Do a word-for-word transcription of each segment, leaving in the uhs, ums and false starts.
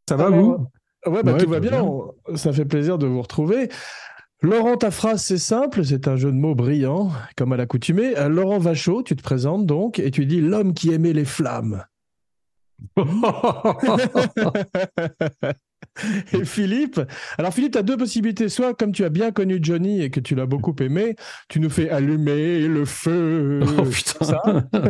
Ça va, Alors, vous? ouais, bah, Ouais, tout va très bien. bien. On- Ça fait plaisir de vous retrouver. Laurent, ta phrase, c'est simple. C'est un jeu de mots brillant, comme à l'accoutumée. Euh, Laurent Vachaud, tu te présentes donc et tu dis l'homme qui aimait les flammes. Et Philippe, alors Philippe, tu as deux possibilités. Soit, comme tu as bien connu Johnny et que tu l'as beaucoup aimé, tu nous fais allumer le Oh feu, comme putain. ça.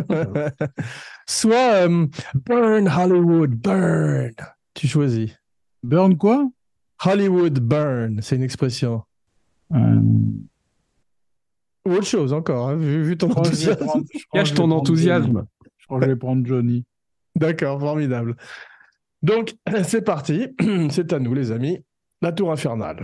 Soit, euh, burn Hollywood, burn. Tu choisis. Burn quoi? Hollywood burn, c'est une expression. Euh, Ou autre chose encore, hein, vu, vu je ton crois que je vais enthousiasme. prendre, je crois que Cache je vais ton prendre Johnny. enthousiasme. Je crois que je vais prendre Johnny. D'accord, formidable. Donc, c'est parti. C'est à nous, les amis. La tour infernale.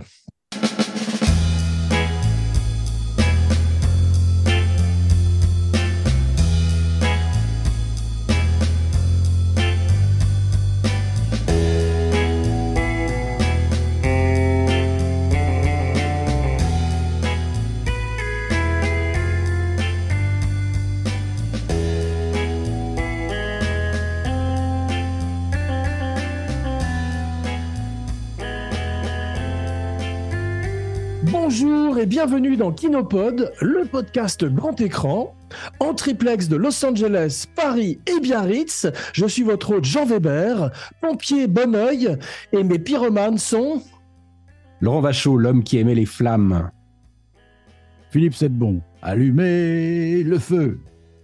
Bonjour et bienvenue dans Kinopod, le podcast grand écran, en triplex de Los Angeles, Paris et Biarritz. Je suis votre hôte Jean Weber, pompier bon oeil, et mes pyromanes sont... Laurent Vachaud, l'homme qui aimait les flammes. Philippe Sedbon, allumez le feu.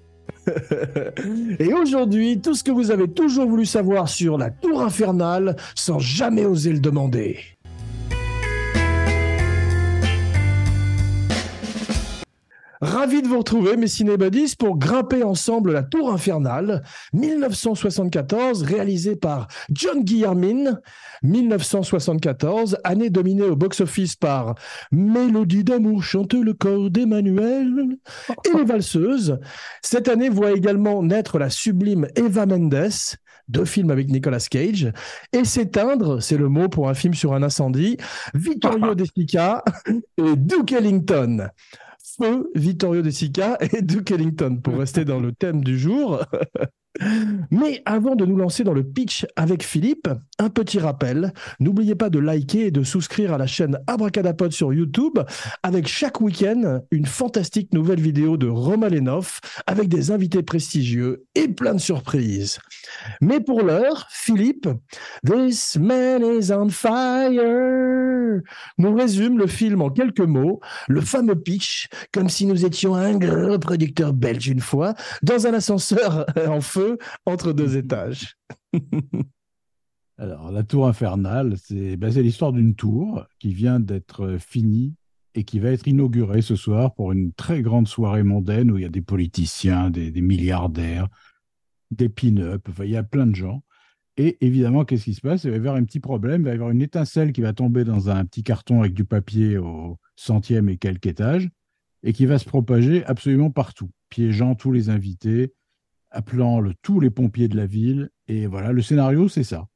Et aujourd'hui, tout ce que vous avez toujours voulu savoir sur la tour infernale sans jamais oser le demander. Ravi de vous retrouver, mes cinébuddies, pour grimper ensemble la tour infernale, dix-neuf cent soixante-quatorze, réalisé par John Guillermin. dix-neuf cent soixante-quatorze, année dominée au box-office par Mélodie d'amour chante le corps d'Emmanuel et Les Valseuses. Cette année voit également naître la sublime Eva Mendes, deux films avec Nicolas Cage, et s'éteindre, c'est le mot pour un film sur un incendie, Vittorio De Sica et Duke Ellington. Feu, Vittorio De Sica et Duke Ellington, pour rester dans le thème du jour. Mais avant de nous lancer dans le pitch avec Philippe, un petit rappel. N'oubliez pas de liker et de souscrire à la chaîne Abracadapod sur YouTube, avec chaque week-end une fantastique nouvelle vidéo de Romain Lenoff, avec des invités prestigieux et plein de surprises. Mais pour l'heure, Philippe, This man is on fire, nous résume le film en quelques mots, le fameux pitch, comme si nous étions un gros producteur belge une fois, dans un ascenseur en feu entre deux étages. Alors, la tour infernale, c'est ben, c'est l'histoire d'une tour qui vient d'être finie et qui va être inaugurée ce soir pour une très grande soirée mondaine où il y a des politiciens, des, des milliardaires, des pin-up, enfin, il y a plein de gens. Et évidemment, qu'est-ce qui se passe? Il va y avoir un petit problème, il va y avoir une étincelle qui va tomber dans un petit carton avec du papier au centième et quelques étage et qui va se propager absolument partout, piégeant tous les invités, appelant le- tous les pompiers de la ville. Et voilà, le scénario, c'est ça.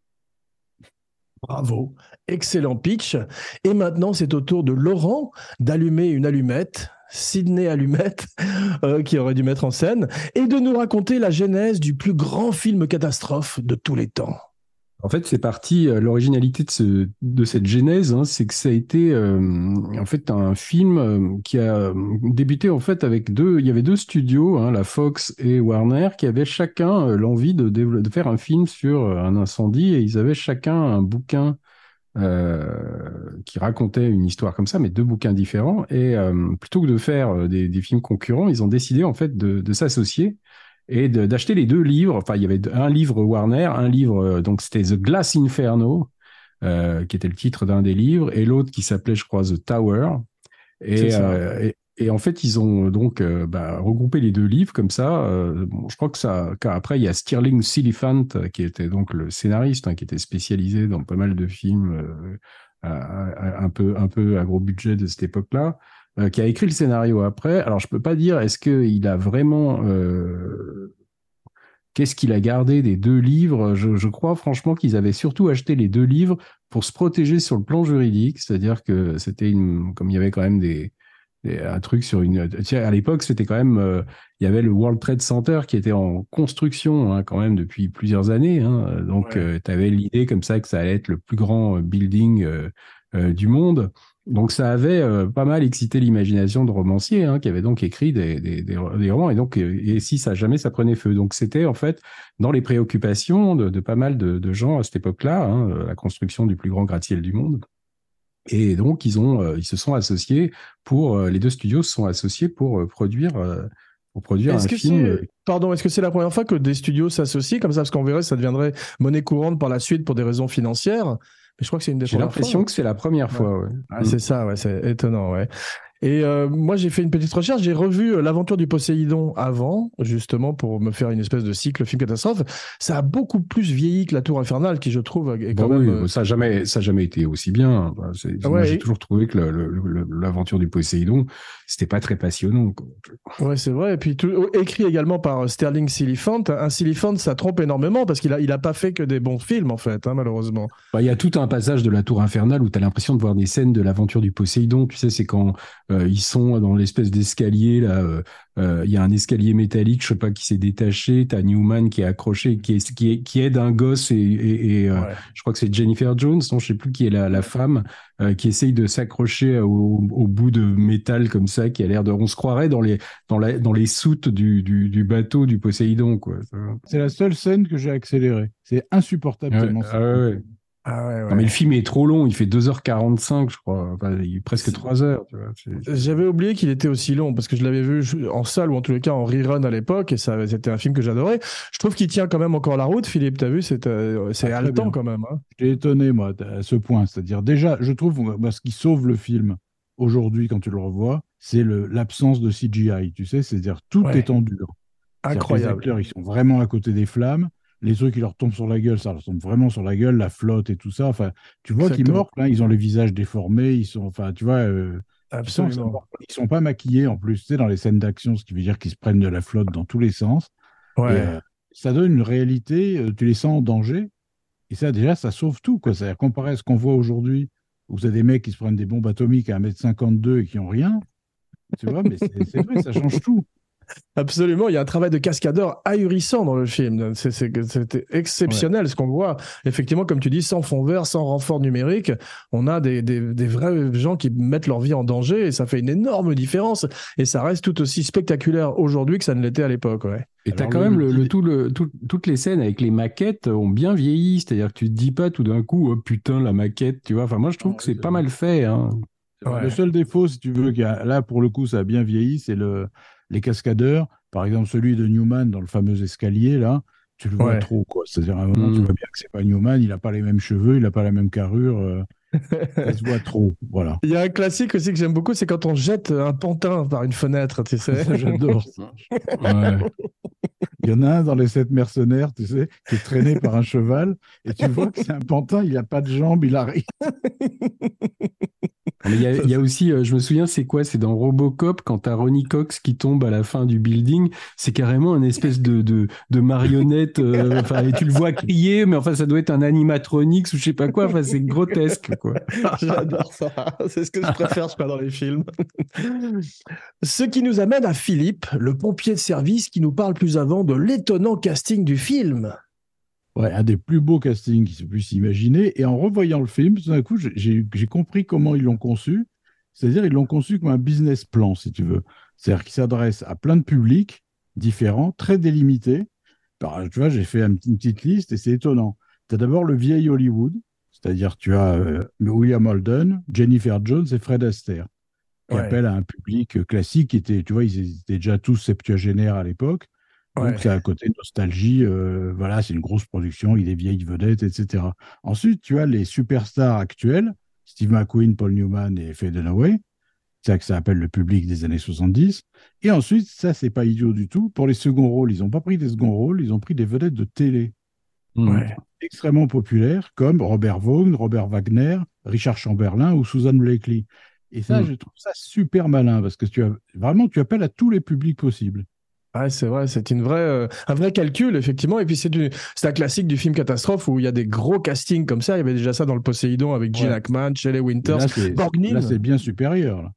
Bravo, excellent pitch. Et maintenant, c'est au tour de Laurent d'allumer une allumette, Sydney Allumette, euh, qui aurait dû mettre en scène, et de nous raconter la genèse du plus grand film catastrophe de tous les temps. En fait, c'est parti, euh, l'originalité de, ce, de cette genèse, hein, c'est que ça a été euh, en fait un film euh, qui a euh, débuté en fait avec deux, il y avait deux studios, hein, la Fox et Warner, qui avaient chacun euh, l'envie de, dévelop- de faire un film sur euh, un incendie et ils avaient chacun un bouquin euh, qui racontait une histoire comme ça, mais deux bouquins différents. Et euh, plutôt que de faire euh, des, des films concurrents, ils ont décidé en fait de, de s'associer et de- d'acheter les deux livres. Enfin, il y avait un livre Warner, un livre, euh, donc c'était The Glass Inferno, euh, qui était le titre d'un des livres, et l'autre qui s'appelait, je crois, The Tower. C'est Et, ça. euh, et, et en fait, ils ont donc euh, bah, regroupé les deux livres comme ça. Euh, bon, je crois que ça. Après, il y a Stirling Silliphant, euh, qui était donc le scénariste, hein, qui était spécialisé dans pas mal de films euh, à- à- un peu, un peu à gros budget de cette époque-là, euh, qui a écrit le scénario après. Alors, je peux pas dire est-ce qu'il a vraiment euh, qu'est-ce qu'il a gardé des deux livres. Je, je crois franchement qu'ils avaient surtout acheté les deux livres pour se protéger sur le plan juridique, c'est-à-dire que c'était une, comme il y avait quand même des Et un truc sur une. Tu sais, à l'époque, c'était quand même. euh, Il y avait le World Trade Center qui était en construction hein, quand même depuis plusieurs années. Hein. Donc, Ouais. tu avais l'idée comme ça que ça allait être le plus grand euh, building euh, euh, du monde. Donc, ça avait euh, pas mal excité l'imagination de romanciers hein, qui avaient donc écrit des, des, des, des romans. Et donc, euh, et si ça jamais ça prenait feu. Donc, c'était en fait dans les préoccupations de, de pas mal de, de gens à cette époque-là, hein, la construction du plus grand gratte-ciel du monde. Et donc, ils ont, euh, ils se sont associés pour, euh, les deux studios se sont associés pour euh, produire, euh, pour produire Est-ce un que film. c'est, euh, pardon, est-ce que c'est la première fois que des studios s'associent comme ça? Parce qu'on verrait, ça deviendrait monnaie courante par la suite pour des raisons financières. Mais je crois que c'est une des J'ai premières fois. l'impression hein. que c'est la première Ouais. fois. Ouais. Ah, Mm. c'est ça, ouais, c'est étonnant, ouais. Et euh, moi, j'ai fait une petite recherche, j'ai revu euh, l'aventure du Poséidon avant, justement, pour me faire une espèce de cycle film catastrophe. Ça a beaucoup plus vieilli que La Tour Infernale, qui, je trouve, est Bah quand même... oui, euh, bah ça n'a jamais, ça a jamais été aussi bien. Bah, c'est- moi, j'ai Ouais, toujours trouvé que le- le- le- l'aventure du Poséidon, c'était pas très passionnant, quoi. ouais, c'est vrai. Et puis, tout, écrit également par euh, Sterling Siliphant. Un Siliphant, ça trompe énormément, parce qu'il a, il a pas fait que des bons films, en fait, hein, malheureusement. Bah, il y a tout un passage de la Tour Infernale où tu as l'impression de voir des scènes de l'aventure du Poséidon. Tu sais, c'est quand euh, ils sont dans l'espèce d'escalier, là. euh, euh, Il y a un escalier métallique, je sais pas, qui s'est détaché. Tu as Newman qui est accroché, qui, est, qui, est- qui aide un gosse et, et, et, euh, Ouais. je crois que c'est Jennifer Jones, non, je sais plus qui est la, la femme, euh, qui essaye de s'accrocher au, au bout de métal comme ça, qui a l'air de. On se croirait dans les, dans la, dans les soutes du, du, du bateau du Poséidon, quoi. Ça va. C'est la seule scène que j'ai accélérée. C'est insupportable Ouais, tellement ah c'est ouais, long. ouais. Ah ouais, Non, mais le ouais. film est trop long, il fait deux heures quarante-cinq, je crois. Enfin, il est presque trois heures, tu vois. C'est- c'est- J'avais oublié qu'il était aussi long parce que je l'avais vu en salle ou en tous les cas en rerun à l'époque et ça, c'était un film que j'adorais. Je trouve qu'il tient quand même encore la route, Philippe. T'as vu, c'est euh, c'est Ah, très haletant bien. quand même. Hein. J'étais étonné, moi, à ce point. C'est-à-dire, déjà, je trouve, moi, ce qui sauve le film aujourd'hui, quand tu le revois, c'est le- l'absence de C G I, tu sais, c'est-à-dire tout Ouais, est en dur. C'est-à-dire que les incroyable. acteurs, ils sont vraiment à côté des flammes. Les trucs qui leur tombent sur la gueule, ça leur tombe vraiment sur la gueule, la flotte et tout ça. Enfin, tu vois qu'ils Exactement. mordent, là, ils ont les visages déformés, ils sont, enfin, tu vois, euh, tu sens que ça Absolument. mord. Ils sont pas maquillés en plus, tu sais, dans les scènes d'action, ce qui veut dire qu'ils se prennent de la flotte dans tous les sens. Et Ouais. euh, ça donne une réalité, euh, tu les sens en danger. Et ça, déjà, ça sauve tout, quoi. C'est-à-dire, comparé à ce qu'on voit aujourd'hui, où vous avez des mecs qui se prennent des bombes atomiques à un mètre cinquante-deux et qui ont rien, tu vois, mais c'est c'est vrai, ça change tout. Absolument, il y a un travail de cascadeur ahurissant dans le film. C'est- c'est- C'était exceptionnel ce qu'on voit. Effectivement, comme tu dis, sans fond vert, sans renfort numérique, on a des, des, des vrais gens qui mettent leur vie en danger et ça fait une énorme différence. Et ça reste tout aussi spectaculaire aujourd'hui que ça ne l'était à l'époque. Ouais. Et t'as Alors, quand le- même le le, petit- le tout, le, tout- toutes les scènes avec les maquettes ont bien vieilli. C'est-à-dire que tu te dis pas tout d'un coup, oh putain, la maquette, tu vois. Enfin, moi, je trouve Non, que oui, c'est c'est pas vrai. mal fait, hein. C'est vrai. Ouais. Le seul défaut, si tu veux, qu'il y a- là, pour le coup, ça a bien vieilli, c'est le, les cascadeurs. Par exemple, celui de Newman dans le fameux escalier, là, tu le vois Ouais. trop, quoi. C'est-à-dire, à un moment, tu Mm. vois bien que c'est pas Newman, il n'a pas les mêmes cheveux, il n'a pas la même carrure, euh, ça se voit trop. Voilà. Il y a un classique aussi que j'aime beaucoup, c'est quand on jette un pantin par une fenêtre, tu sais. Ça, j'adore. Ouais. Il y en a un dans les sept mercenaires, tu sais, qui est traîné par un cheval, et tu vois que c'est un pantin, il n'a pas de jambes, il arrive. Mais il y a, il y a aussi, euh, je me souviens, c'est quoi? C'est dans Robocop, quand t'as Ronnie Cox qui tombe à la fin du building, c'est carrément une espèce de, de, de marionnette, euh, enfin, et tu le vois crier, mais enfin, ça doit être un animatronics ou je sais pas quoi, enfin, c'est grotesque, quoi. J'adore ça. C'est ce que je préfère, je crois, dans les films. Ce qui nous amène à Philippe, le pompier de service, qui nous parle plus avant de l'étonnant casting du film. Ouais, un des plus beaux castings qui se puisse imaginer. Et en revoyant le film, tout d'un coup, j'ai- j'ai j'ai compris comment ils l'ont conçu. C'est-à-dire, ils l'ont conçu comme un business plan, si tu veux. C'est-à-dire qu'il s'adresse à plein de publics différents, très délimités. Alors, tu vois, j'ai fait un- une petite liste et c'est étonnant. Tu as d'abord le vieil Hollywood, c'est-à-dire tu as euh, William Holden, Jennifer Jones et Fred Astaire, qui Ouais. appellent à un public euh, classique qui était, tu vois, ils étaient déjà tous septuagénaires à l'époque. Donc, Ouais. ça a un côté nostalgie. euh, voilà, c'est une grosse production, il y a des vieilles vedettes, et cetera. Ensuite, tu as les superstars actuels, Steve McQueen, Paul Newman et Faye Dunaway. C'est ça que ça appelle le public des années soixante-dix. Et ensuite, ça, c'est pas idiot du tout. Pour les seconds rôles, ils n'ont pas pris des seconds rôles, ils ont pris des vedettes de télé Mm. Ouais. extrêmement populaires, comme Robert Vaughn, Robert Wagner, Richard Chamberlain ou Susan Blakely. Et ça, Mm. je trouve ça super malin, parce que tu as, vraiment, tu appelles à tous les publics possibles. Ouais, c'est vrai, c'est une vraie, euh, un vrai calcul, effectivement. Et puis, c'est du- c'est un classique du film catastrophe où il y a des gros castings comme ça. Il y avait déjà ça dans le Poséidon avec Gene Ouais. Hackman, Shelley Mais Winters, là, c'est, Borgnine. là, c'est bien supérieur. Là.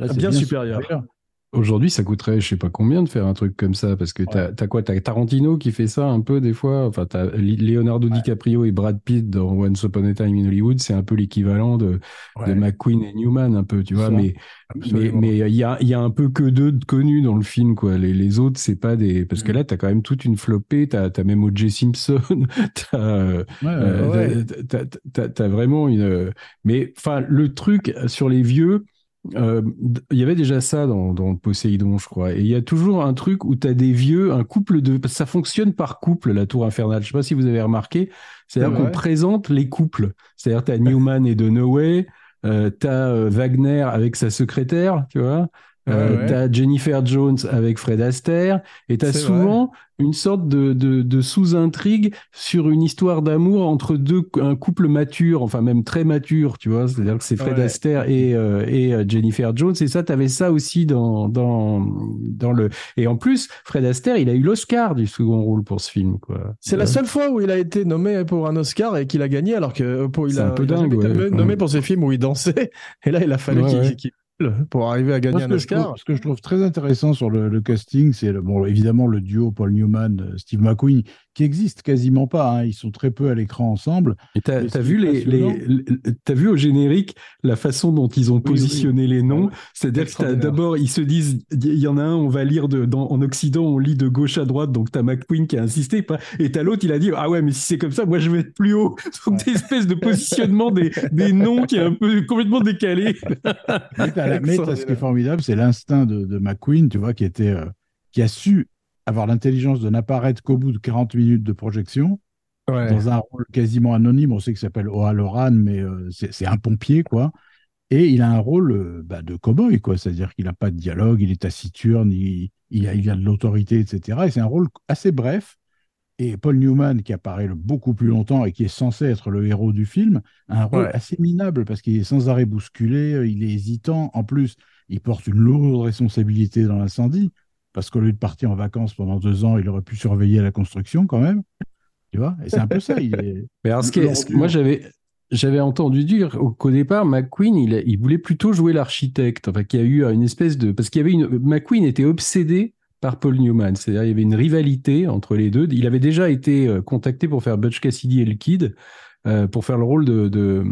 Là, c'est Bien bien supérieur. supérieur. Aujourd'hui, ça coûterait, je sais pas combien de faire un truc comme ça, parce que t'as, Ouais. t'as quoi? T'as Tarantino qui fait ça un peu des fois. Enfin, t'as Li- Leonardo Ouais. DiCaprio et Brad Pitt dans Once Upon a Time in Hollywood. C'est un peu l'équivalent de, de Ouais, McQueen et Newman, un peu, tu C'est vois. ça. Mais, mais, absolument. mais il y a, il y a un peu que deux de connus dans le film, quoi. Les, les autres, c'est pas des, parce que Mm. là, t'as quand même toute une flopée. T'as, t'as même O J. Simpson. T'as, euh, Ouais, ouais, ouais. Ouais. euh, t'as, t'as, t'as- t'as vraiment une, mais, enfin, le truc sur les vieux, euh, il y avait déjà ça dans, dans Poséidon, je crois. Et il y a toujours un truc où tu as des vieux, un couple de. Parce que ça fonctionne par couple, la Tour Infernale. Je sais pas si vous avez remarqué. C'est C'est-à-dire qu'on vrai. présente les couples. C'est-à-dire tu as Newman et Dunaway, euh, tu as Wagner avec sa secrétaire, tu vois. Ouais, Euh, tu ouais, as Jennifer Jones avec Fred Astaire. Et tu as c'est vrai. souvent une sorte de, de, de sous-intrigue sur une histoire d'amour entre deux, un couple mature, enfin même très mature, tu vois. C'est-à-dire que c'est Fred Ouais. Astaire et, euh, et euh, Jennifer Jones. Et ça, tu avais ça aussi dans, dans, dans le. Et en plus, Fred Astaire, il a eu l'Oscar du second rôle pour ce film, quoi. C'est la Ouais. seule fois où il a été nommé pour un Oscar et qu'il a gagné, alors que euh, pour, il C'est un a, peu il a dingue, jamais été ouais. nommé Mm. nommé pour ses films où il dansait. Et là, il a Ouais, fallu qu'il ouais. qu'il pour arriver à Moi, gagner ce un que je trouve, Oscar. ce que je trouve très intéressant sur le, le casting, c'est le- bon, évidemment le duo Paul Newman, euh, Steve McQueen, qui existe quasiment pas, hein. Ils sont très peu à l'écran ensemble. Et t'as, Mais ce t'as qui vu est les, les, passionnant, les- t'as vu au générique la façon dont ils ont oui, oui, positionné les ah noms. ouais, C'est-à-dire que t'as, Extraordinaire. d'abord, ils se disent, il y en a un, on va lire de, dans, en Occident, on lit de gauche à droite, donc t'as McQueen qui a insisté, pas- et t'as l'autre, il a dit, ah ouais, mais si c'est comme ça, moi je vais être plus haut. Donc ouais. des espèces de positionnement des, des noms qui est un peu complètement décalé. Mais t'as la- mais t'as ce qui est Extraordinaire. formidable, c'est l'instinct de, de McQueen, tu vois, qui était, euh, qui a su avoir l'intelligence de n'apparaître qu'au bout de quarante minutes de projection, Ouais. dans un rôle quasiment anonyme. On sait qu'il s'appelle O'Halloran, mais euh, c'est c'est un pompier, quoi. Et il a un rôle euh, bah, de cow-boy, quoi. C'est-à-dire qu'il n'a pas de dialogue, il est taciturne, il, il a, il a de l'autorité, et cetera. Et c'est un rôle assez bref. Et Paul Newman, qui apparaît le- beaucoup plus longtemps et qui est censé être le héros du film, a un rôle Ouais. assez minable parce qu'il est sans arrêt bousculé, euh, il est hésitant. En plus, il porte une lourde responsabilité dans l'incendie parce qu'au lieu de partir en vacances pendant deux ans, il aurait pu surveiller la construction quand même. Tu vois? Et c'est un peu ça. Il est Mais alors, ce qui est- ce que- moi, l'ordure. j'avais, j'avais entendu dire au- qu'au départ, McQueen, il, a- il voulait plutôt jouer l'architecte. Enfin, qu'il y a eu une espèce de. Parce qu'il y avait une. McQueen était obsédé par Paul Newman. C'est-à-dire, il y avait une rivalité entre les deux. Il avait déjà été euh, contacté pour faire Butch Cassidy et le Kid, euh, pour faire le rôle de, de,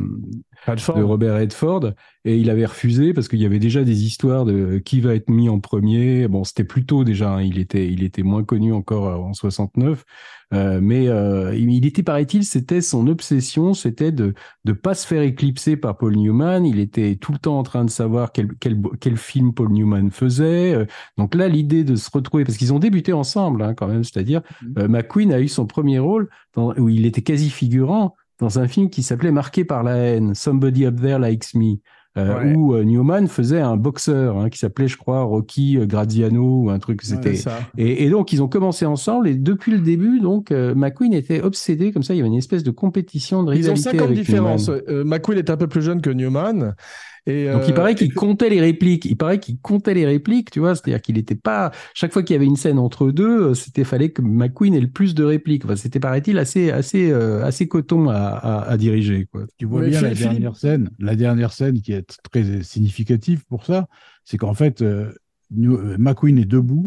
de Radford. Robert Redford, et il avait refusé parce qu'il y avait déjà des histoires de qui va être mis en premier. Bon, c'était plus tôt déjà, hein, il était, il était moins connu encore euh, en soixante-neuf, euh, mais euh, il était, paraît-il, c'était son obsession, c'était de ne pas se faire éclipser par Paul Newman. Il était tout le temps en train de savoir quel, quel, quel film Paul Newman faisait. Euh, Donc là, l'idée de se retrouver, parce qu'ils ont débuté ensemble hein, quand même, c'est-à-dire euh, McQueen a eu son premier rôle dans, où il était quasi figurant dans un film qui s'appelait Marqué par la haine, Somebody Up There Likes Me, euh, Ouais. où euh, Newman faisait un boxeur hein, qui s'appelait, je crois, Rocky Graziano ou un truc. Ouais, C'est C'était ça. et, et donc ils ont commencé ensemble et depuis le début, donc euh, McQueen était obsédé comme ça. Il y avait une espèce de compétition, de Ils ont rivalité cinq ans de avec différence. Newman. Euh, McQueen est un peu plus jeune que Newman. Et, Donc il euh, paraît et qu'il comptait les répliques. Il paraît qu'il comptait les répliques, tu vois. C'est-à-dire qu'il n'était pas chaque fois qu'il y avait une scène entre deux, c'était fallait que McQueen ait le plus de répliques. Enfin, c'était paraît-il assez assez euh, assez coton à, à, à diriger quoi. Tu vois mais bien la Phil- Philippe, dernière scène, la dernière scène qui est très significative pour ça, c'est qu'en fait, euh, New- euh, McQueen est debout,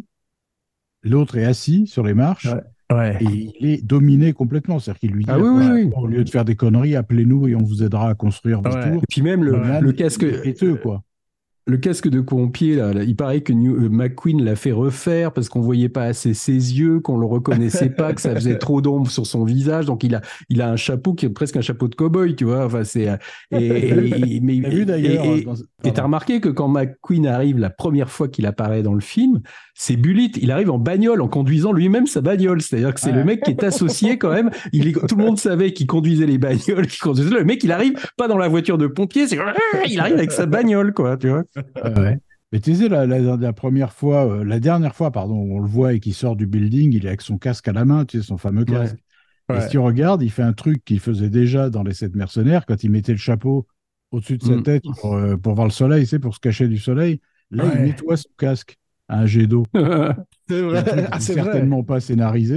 l'autre est assis sur les marches ouais. Ouais. et il est dominé complètement. C'est-à-dire qu'il lui dit Ah la oui oui prochaine oui. fois, au lieu de faire des conneries, appelez-nous et on vous aidera à construire vos Ouais. tours. Et puis même le, Ouais. Newman, le il casque, est péteux, quoi. le casque de pompier, là, là, il paraît que New- euh, McQueen l'a fait refaire parce qu'on voyait pas assez ses yeux, qu'on le reconnaissait pas, que ça faisait trop d'ombre sur son visage. Donc il a, il a un chapeau qui est presque un chapeau de cow-boy, tu vois. Enfin c'est euh, et, et, mais T'as vu d'ailleurs et, et, dans... et t'as Pardon. remarqué que quand McQueen arrive la première fois qu'il apparaît dans le film, c'est Bullitt. Il arrive en bagnole, en conduisant lui-même sa bagnole. C'est-à-dire que c'est Ouais. le mec qui est associé quand même. Il est, tout le monde savait qu'il conduisait les bagnoles, qu'il conduisait. Le mec, il arrive pas dans la voiture de pompier, c'est il arrive avec sa bagnole, quoi, tu vois. Ouais, ouais. Mais tu sais, la, la- la première fois, euh, la dernière fois, pardon, on le voit et qu'il sort du building, il est avec son casque à la main, tu sais, son fameux Ouais. casque. Et si Ouais. tu regardes, il fait un truc qu'il faisait déjà dans Les Sept Mercenaires, quand il mettait le chapeau au-dessus de sa Mm. tête pour, euh, pour voir le soleil, tu sais, pour se cacher du soleil. Là, il Ouais. nettoie son casque à un jet d'eau. C'est C'est vrai. un truc Ah, qui c'est n'est vrai. certainement pas scénarisé.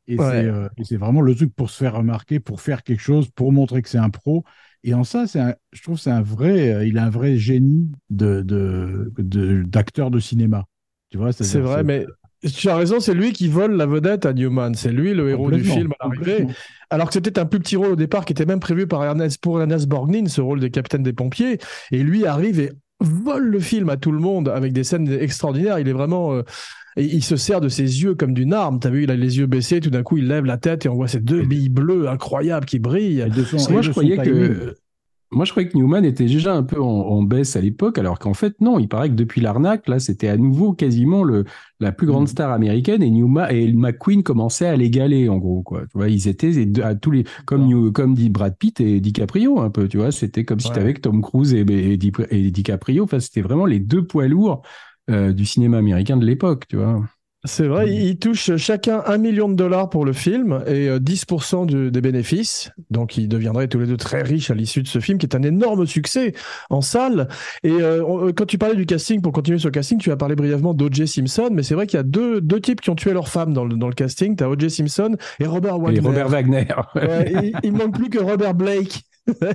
Et c'est Ouais. euh, et c'est vraiment le truc pour se faire remarquer, pour faire quelque chose, pour montrer que c'est un pro. Et en ça, c'est un- je trouve que c'est un vrai, euh, il a un vrai génie de, de, de- d'acteur de cinéma. Tu vois, C'est c'est-à-dire, vrai, c'est mais tu as raison, c'est lui qui vole la vedette à Newman. C'est lui le héros du complètement, film à l'arrivée. complètement. Alors que c'était un plus petit rôle au départ qui était même prévu par Ernest, pour Ernest Borgnine, ce rôle de capitaine des pompiers. Et lui arrive et vole le film à tout le monde avec des scènes extraordinaires. Il est vraiment. Euh, et il se sert de ses yeux comme d'une arme. T'as vu, il a les yeux baissés, tout d'un coup, il lève la tête et on voit ces deux Et de, billes bleues incroyables qui brillent. et de Parce son, que et moi, je de son croyais timing. que Moi, je croyais que Newman était déjà un peu en, en baisse à l'époque, alors qu'en fait, non. Il paraît que depuis l'arnaque, là, c'était à nouveau quasiment le, la plus grande Mm. star américaine et Newman et McQueen commençait à l'égaler, en gros, quoi. Tu vois, ils étaient les deux- à tous les, comme, New- comme dit Brad Pitt et DiCaprio, un peu, tu vois. C'était comme si tu Ouais. avais Tom Cruise et, et, Di- et DiCaprio. Enfin, c'était vraiment les deux poids lourds euh, du cinéma américain de l'époque, tu vois. C'est vrai, ils ils touchent chacun un million de dollars pour le film et euh, dix pour cent du- des bénéfices. Donc, ils deviendraient tous les deux très riches à l'issue de ce film, qui est un énorme succès en salle. Et euh, on- euh, quand tu parlais du casting, pour continuer sur le casting, tu as parlé brièvement d'O J. Simpson, mais c'est vrai qu'il y a deux, deux types qui ont tué leur femme dans le, dans le casting. Tu as O J. Simpson et Robert Et Wagner. Robert Wagner. Ouais, il, il manque plus que Robert Blake.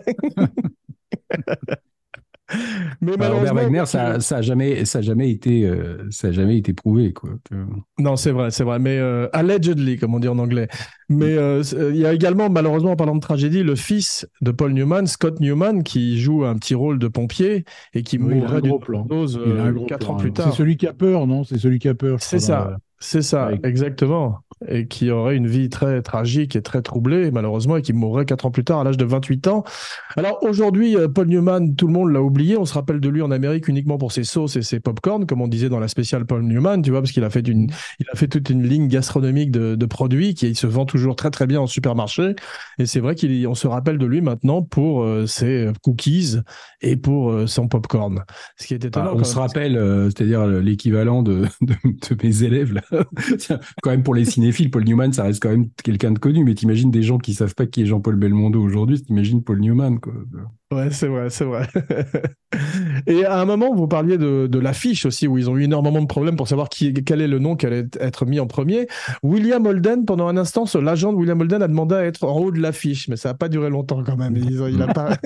Mais Bah, Robert malheureusement, Wagner, avec, euh, ça, ça a jamais, ça a jamais été, euh, ça a jamais été prouvé, quoi. non, c'est vrai, c'est vrai, mais euh, allegedly, comme on dit en anglais. Mais euh, c'est- euh, il y a également, malheureusement, en parlant de tragédie, le fils de Paul Newman, Scott Newman, qui joue un petit rôle de pompier et qui Oui, il a un mourrait d'une gros plan. overdose Il a un euh, gros quatre ans plan. plus C'est tard. celui qui a peur, non? C'est celui qui a peur, je C'est crois, dans ça, le... c'est ça, avec- exactement. Et qui aurait une vie très tragique et très troublée, malheureusement, et qui mourrait quatre ans plus tard à l'âge de vingt-huit ans. Alors aujourd'hui, euh, Paul Newman, tout le monde l'a oublié. On se rappelle de lui en Amérique uniquement pour ses sauces et ses pop-corn, comme on disait dans la spéciale Paul Newman, tu vois, parce qu'il a fait une, il a fait toute une ligne gastronomique de, de produits qui se vend toujours très très bien en supermarché. Et c'est vrai qu'on se rappelle de lui maintenant pour euh, ses cookies et pour euh, son pop-corn. Ce qui est Bah, étonnant on quand se même. rappelle, euh, c'est-à-dire l'équivalent de, de, de mes élèves là. Tiens, quand même pour les cinéphiles, Paul Newman, ça reste quand même quelqu'un de connu. Mais t'imagines des gens qui savent pas qui est Jean-Paul Belmondo aujourd'hui, t'imagines Paul Newman, quoi. Ouais, c'est vrai, c'est vrai. Et à un moment, vous parliez de, de l'affiche aussi, où ils ont eu énormément de problèmes pour savoir qui, quel est le nom qui allait être mis en premier. William Holden, pendant un instant, ce- l'agent de William Holden a demandé à être en haut de l'affiche, mais ça n'a pas duré longtemps quand même. Ils ont- il a pas...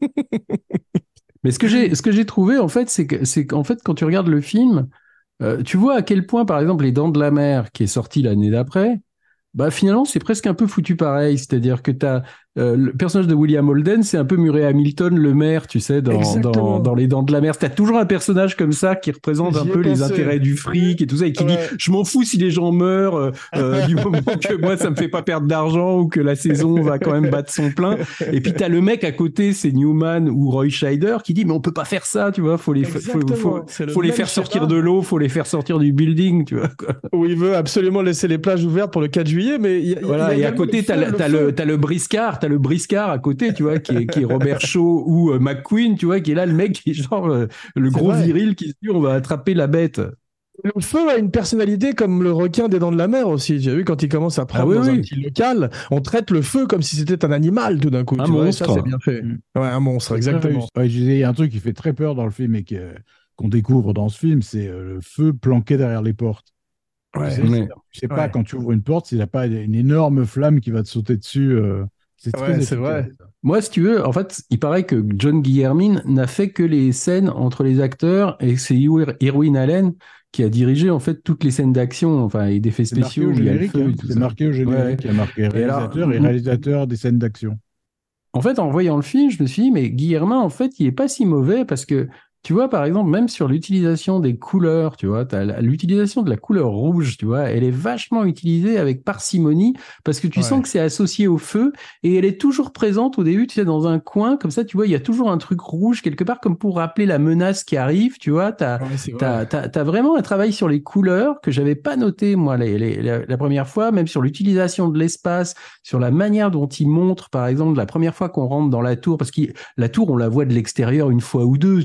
Mais ce que j'ai, ce que j'ai trouvé en fait, c'est que, c'est qu'en fait, quand tu regardes le film, euh, tu vois à quel point, par exemple, Les Dents de la Mer, qui est sorti l'année d'après, bah finalement c'est presque un peu foutu pareil, c'est-à-dire que t'as euh, le personnage de William Holden, c'est un peu Murray Hamilton le maire, tu sais, dans, dans, Exactement. dans Les Dents de la Mer. T'as toujours un personnage comme ça qui représente un J'y ai peu les pensé. intérêts du fric et tout ça, et qui dit Ouais. je m'en fous si les gens meurent, euh, euh, du moment que moi ça me fait pas perdre d'argent ou que la saison va quand même battre son plein. Et puis t'as le mec à côté, c'est Newman ou Roy Scheider, qui dit mais on peut pas faire ça, tu vois, faut les, faut, faut, Exactement. C'est le faut les même faire sortir schéma de l'eau, faut les faire sortir du building, tu vois, quoi. où il veut absolument laisser les plages ouvertes pour le quatre juillet, mais il y a, il y a Voilà, et à également côté, le t'as feu, le, le t'as feu. le, t'as le briscard, t'as le briscard à côté, tu vois, qui est, qui est Robert Shaw ou euh, McQueen, tu vois, qui est là, le mec qui est genre euh, le C'est gros vrai. viril qui se dit on va attraper la bête. Le feu a une personnalité comme le requin des Dents de la Mer aussi. J'ai vu quand il commence à prendre Ah oui, dans un oui. petit local, on traite le feu comme si c'était un animal tout d'un coup. Un tu vois, et ça, monstre. c'est bien fait. Mm. Ouais, un monstre, C'est très exactement. réussi. Ouais, je disais, il y a un truc qui fait très peur dans le film et que- qu'on découvre dans ce film, c'est euh, le feu planqué derrière les portes. Tu Ouais. sais, Ouais. c'est- tu sais pas Ouais. quand tu ouvres une porte s'il n'y a pas une énorme flamme qui va te sauter dessus. euh, c'est très Ouais, c'est efficace. vrai. Moi, si tu veux, en fait, il paraît que John Guillermin n'a fait que les scènes entre les acteurs et c'est Ir- Irwin Allen qui a dirigé en fait toutes les scènes d'action, enfin, et d'effets C'est marqué spéciaux au où il y a le générique. feu hein. et tout C'est ça. marqué au générique. Ouais. Il y a marqué Et alors, réalisateur et mm, réalisateur des scènes d'action. En fait, en voyant le film, je me suis dit, mais Guillermin, en fait, il est pas si mauvais parce que, tu vois, par exemple, même sur l'utilisation des couleurs, tu vois, t'as la- l'utilisation de la couleur rouge, tu vois, elle est vachement utilisée avec parcimonie parce que tu Ouais. sens que c'est associé au feu et elle est toujours présente au début, tu sais, dans un coin, comme ça, tu vois, il y a toujours un truc rouge quelque part comme pour rappeler la menace qui arrive, tu vois, t'as, Ouais, c'est vrai. T'as, t'as, t'as vraiment un travail sur les couleurs que j'avais pas noté, moi, les, les, la, la première fois, même sur l'utilisation de l'espace, sur la manière dont il montre, par exemple, la première fois qu'on rentre dans la tour, parce que la tour, on la voit de l'extérieur une fois ou deux, tu vois, au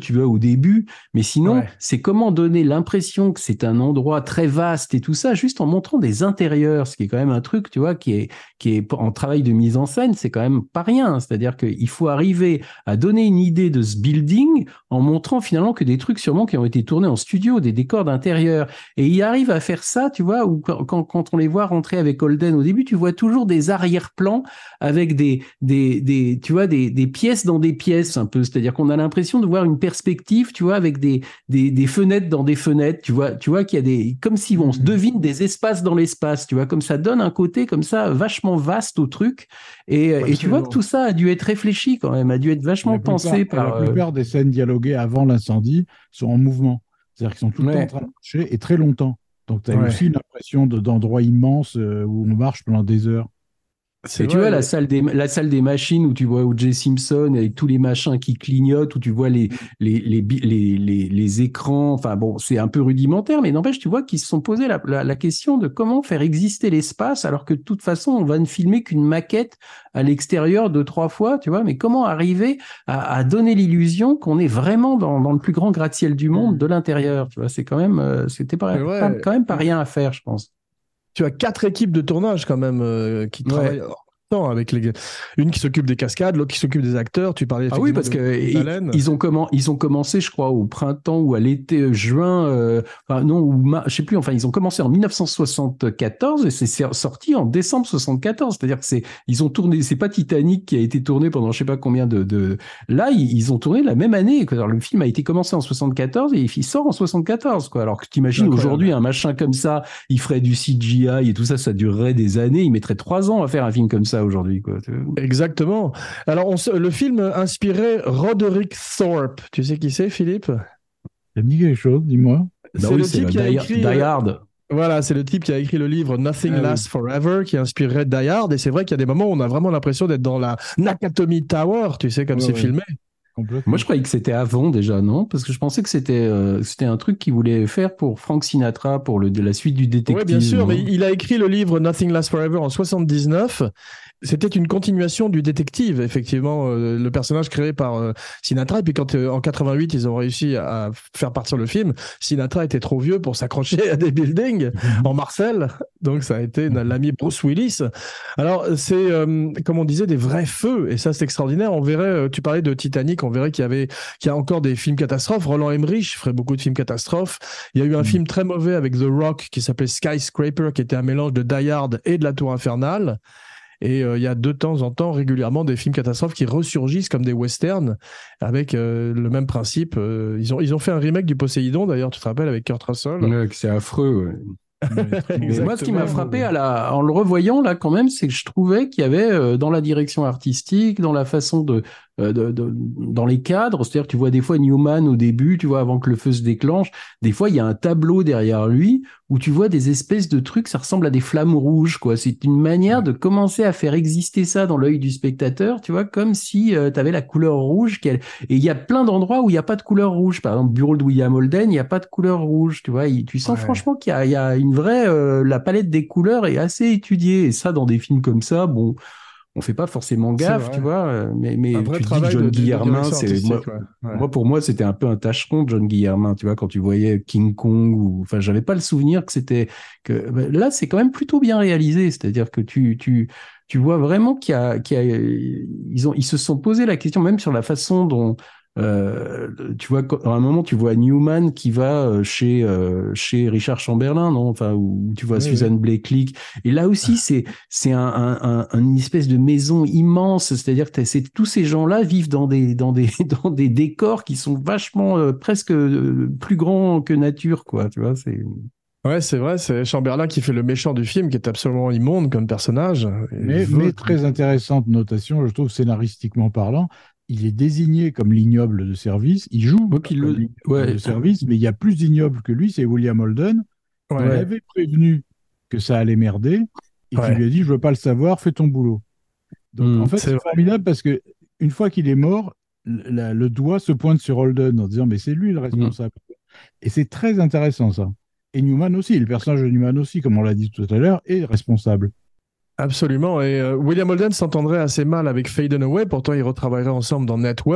début, mais sinon, Ouais. c'est comment donner l'impression que c'est un endroit très vaste et tout ça, juste en montrant des intérieurs, ce qui est quand même un truc, tu vois, qui est, qui est en travail de mise en scène, c'est quand même pas rien. C'est-à-dire qu'il faut arriver à donner une idée de ce building en montrant finalement que des trucs sûrement qui ont été tournés en studio, des décors d'intérieur. Et il arrive à faire ça, tu vois, où quand, quand, quand on les voit rentrer avec Holden au début, tu vois toujours des arrière-plans avec des, des, des, tu vois, des, des pièces dans des pièces un peu. C'est-à-dire qu'on a l'impression de voir une perspective, tu vois, avec des, des, des fenêtres dans des fenêtres, tu vois, tu vois qu'il y a des, comme si on se devine des espaces dans l'espace, tu vois, comme ça donne un côté comme ça vachement vaste au truc. Et, et tu vois que tout ça a dû être réfléchi quand même, a dû être vachement La plupart, pensé et par. la plupart des scènes dialoguées avant l'incendie sont en mouvement. C'est-à-dire qu'ils sont tout le temps en Ouais. train de marcher et très longtemps. Donc tu as Ouais. aussi une impression de- d'endroit immense euh, où on marche pendant des heures. C'est Et tu vois, la vrai. salle des, la salle des machines où tu vois O J Simpson avec tous les machins qui clignotent, où tu vois les, les, les, bi- les, les, les écrans, enfin bon, c'est un peu rudimentaire, mais n'empêche, tu vois qu'ils se sont posé la, la, la question de comment faire exister l'espace, alors que de toute façon, on va ne filmer qu'une maquette à l'extérieur deux, trois fois, tu vois, mais comment arriver à, à donner l'illusion qu'on est vraiment dans, dans le plus grand gratte-ciel du monde de l'intérieur, tu vois, c'est quand même, euh, c'était pas, C'est pas- vrai. quand même pas rien à faire, je pense. Tu as quatre équipes de tournage quand même euh, qui Ouais. travaillent en même temps avec les une qui s'occupe des cascades, l'autre qui s'occupe des acteurs. Tu parlais Ah oui, effectivement parce de que Woody ils, Allen. ils ont comment, ils ont commencé, je crois, au printemps ou à l'été, euh, juin, euh, enfin non, ou ma- je sais plus. Enfin, ils ont commencé en mille neuf cent soixante-quatorze et c'est ser- sorti en décembre soixante-quatorze. C'est-à-dire que c'est, ils ont tourné. C'est pas Titanic qui a été tourné pendant je sais pas combien de. de... Là, ils, ils ont tourné la même année. Alors, le film a été commencé en soixante-quatorze et il sort en soixante-quatorze. Quoi. Alors que t'imagines Incroyable. aujourd'hui un machin comme ça, il ferait du C G I et tout ça, ça durerait des années. Il mettrait trois ans à faire un film comme ça aujourd'hui. Quoi. Exactement. Alors, on se- le film inspirait Roderick Thorpe. Tu sais qui c'est, Philippe? Ça me dit quelque chose, dis-moi. Bah C'est oui, le c'est type le qui a Die, écrit. Die euh, Hard. Voilà, c'est le type qui a écrit le livre Nothing Ah oui. Lasts Forever, qui inspirerait Die Hard. Et c'est vrai qu'il y a des moments où on a vraiment l'impression d'être dans la Nakatomi Tower, tu sais, comme Ouais, c'est ouais. filmé. Complètement. Moi, je croyais que c'était avant déjà, non? Parce que je pensais que c'était euh, c'était un truc qu'il voulait faire pour Frank Sinatra, pour le, de la suite du détective. Oui, bien sûr, non mais il a écrit le livre Nothing Lasts Forever en soixante-dix-neuf. C'était une continuation du détective, effectivement, euh, le personnage créé par euh, Sinatra. Et puis quand euh, en quatre-vingt-huit, ils ont réussi à faire partir le film, Sinatra était trop vieux pour s'accrocher à des buildings en Marcel. Donc ça a été l'ami Bruce Willis. Alors c'est, euh, comme on disait, des vrais feux. Et ça, c'est extraordinaire. On verrait, euh, tu parlais de Titanic, on verrait qu'il y avait, qu'il y a encore des films catastrophes. Roland Emmerich ferait beaucoup de films catastrophes. Il y a eu un Mm. film très mauvais avec The Rock qui s'appelait Skyscraper, qui était un mélange de Die Hard et de La Tour Infernale. Et euh, il y a de temps en temps régulièrement des films catastrophes qui ressurgissent comme des westerns avec euh, le même principe. Euh, ils, ont, ils ont fait un remake du Poséidon d'ailleurs, tu te rappelles, avec Kurt Russell. Ouais, que c'est affreux. Ouais. Mais moi, ce qui m'a Exactement. frappé à la, en le revoyant là, quand même, c'est que je trouvais qu'il y avait euh, dans la direction artistique, dans la façon de, euh, de, de dans les cadres, c'est-à-dire tu vois des fois Newman au début, tu vois avant que le feu se déclenche, des fois il y a un tableau derrière lui où tu vois des espèces de trucs, ça ressemble à des flammes rouges, quoi. C'est une manière de commencer à faire exister ça dans l'œil du spectateur, tu vois, comme si euh, tu avais la couleur rouge. Qu'elle... Et il y a plein d'endroits où il n'y a pas de couleur rouge. Par exemple, bureau de William Holden, il n'y a pas de couleur rouge, tu vois. Il- tu sens Ouais. franchement qu'il y a, il y a une vraie, euh, la palette des couleurs est assez étudiée. Et ça, dans des films comme ça, bon, on fait pas forcément C'est gaffe, vrai. tu vois. euh, Mais, mais Un vrai tu te dis que travail John de, de- de Guillermin, direction c'est moi, artistique. Ouais. Ouais. moi, pour moi, c'était un peu un tâcheron, John Guillermin, tu vois, quand tu voyais King Kong ou, enfin, j'avais pas le souvenir que c'était, que, ben, là, c'est quand même plutôt bien réalisé. C'est-à-dire que tu, tu, tu vois vraiment qu'il y a, qu'il y a, ils ont, ils se sont posé la question même sur la façon dont, euh, tu vois, quand- à un moment, tu vois Newman qui va euh, chez, euh, chez Richard Chamberlain, non? Enfin, où tu vois Oui, Susan oui. Blakely. Et là aussi, c'est, c'est un, un, un- une espèce de maison immense. C'est-à-dire que t'as- c'est, tous ces gens-là vivent dans des, dans des, dans des décors qui sont vachement, euh, presque euh, plus grands que nature, quoi. Tu vois, c'est. Ouais, c'est vrai, c'est Chamberlain qui fait le méchant du film, qui est absolument immonde comme personnage. Et Mais, il veut- mais très intéressante notation, je trouve, scénaristiquement parlant. Il est désigné comme l'ignoble de service. Il joue Donc, il comme le, l'ignoble ouais. de service, mais il y a plus d'ignoble que lui, c'est William Holden. Ouais. Il avait prévenu que ça allait merder et Ouais. qui lui a dit, je veux pas le savoir, fais ton boulot. Donc, Mm. en fait, C'est c'est vrai. formidable parce que une fois qu'il est mort, le, la- le doigt se pointe sur Holden en disant, mais c'est lui le responsable. Et c'est très intéressant, ça. Et Newman aussi, le personnage de Newman aussi, comme on l'a dit tout à l'heure, est responsable. Absolument. Et euh, William Holden s'entendrait assez mal avec Faye Dunaway. Pourtant, ils retravailleraient ensemble dans Network,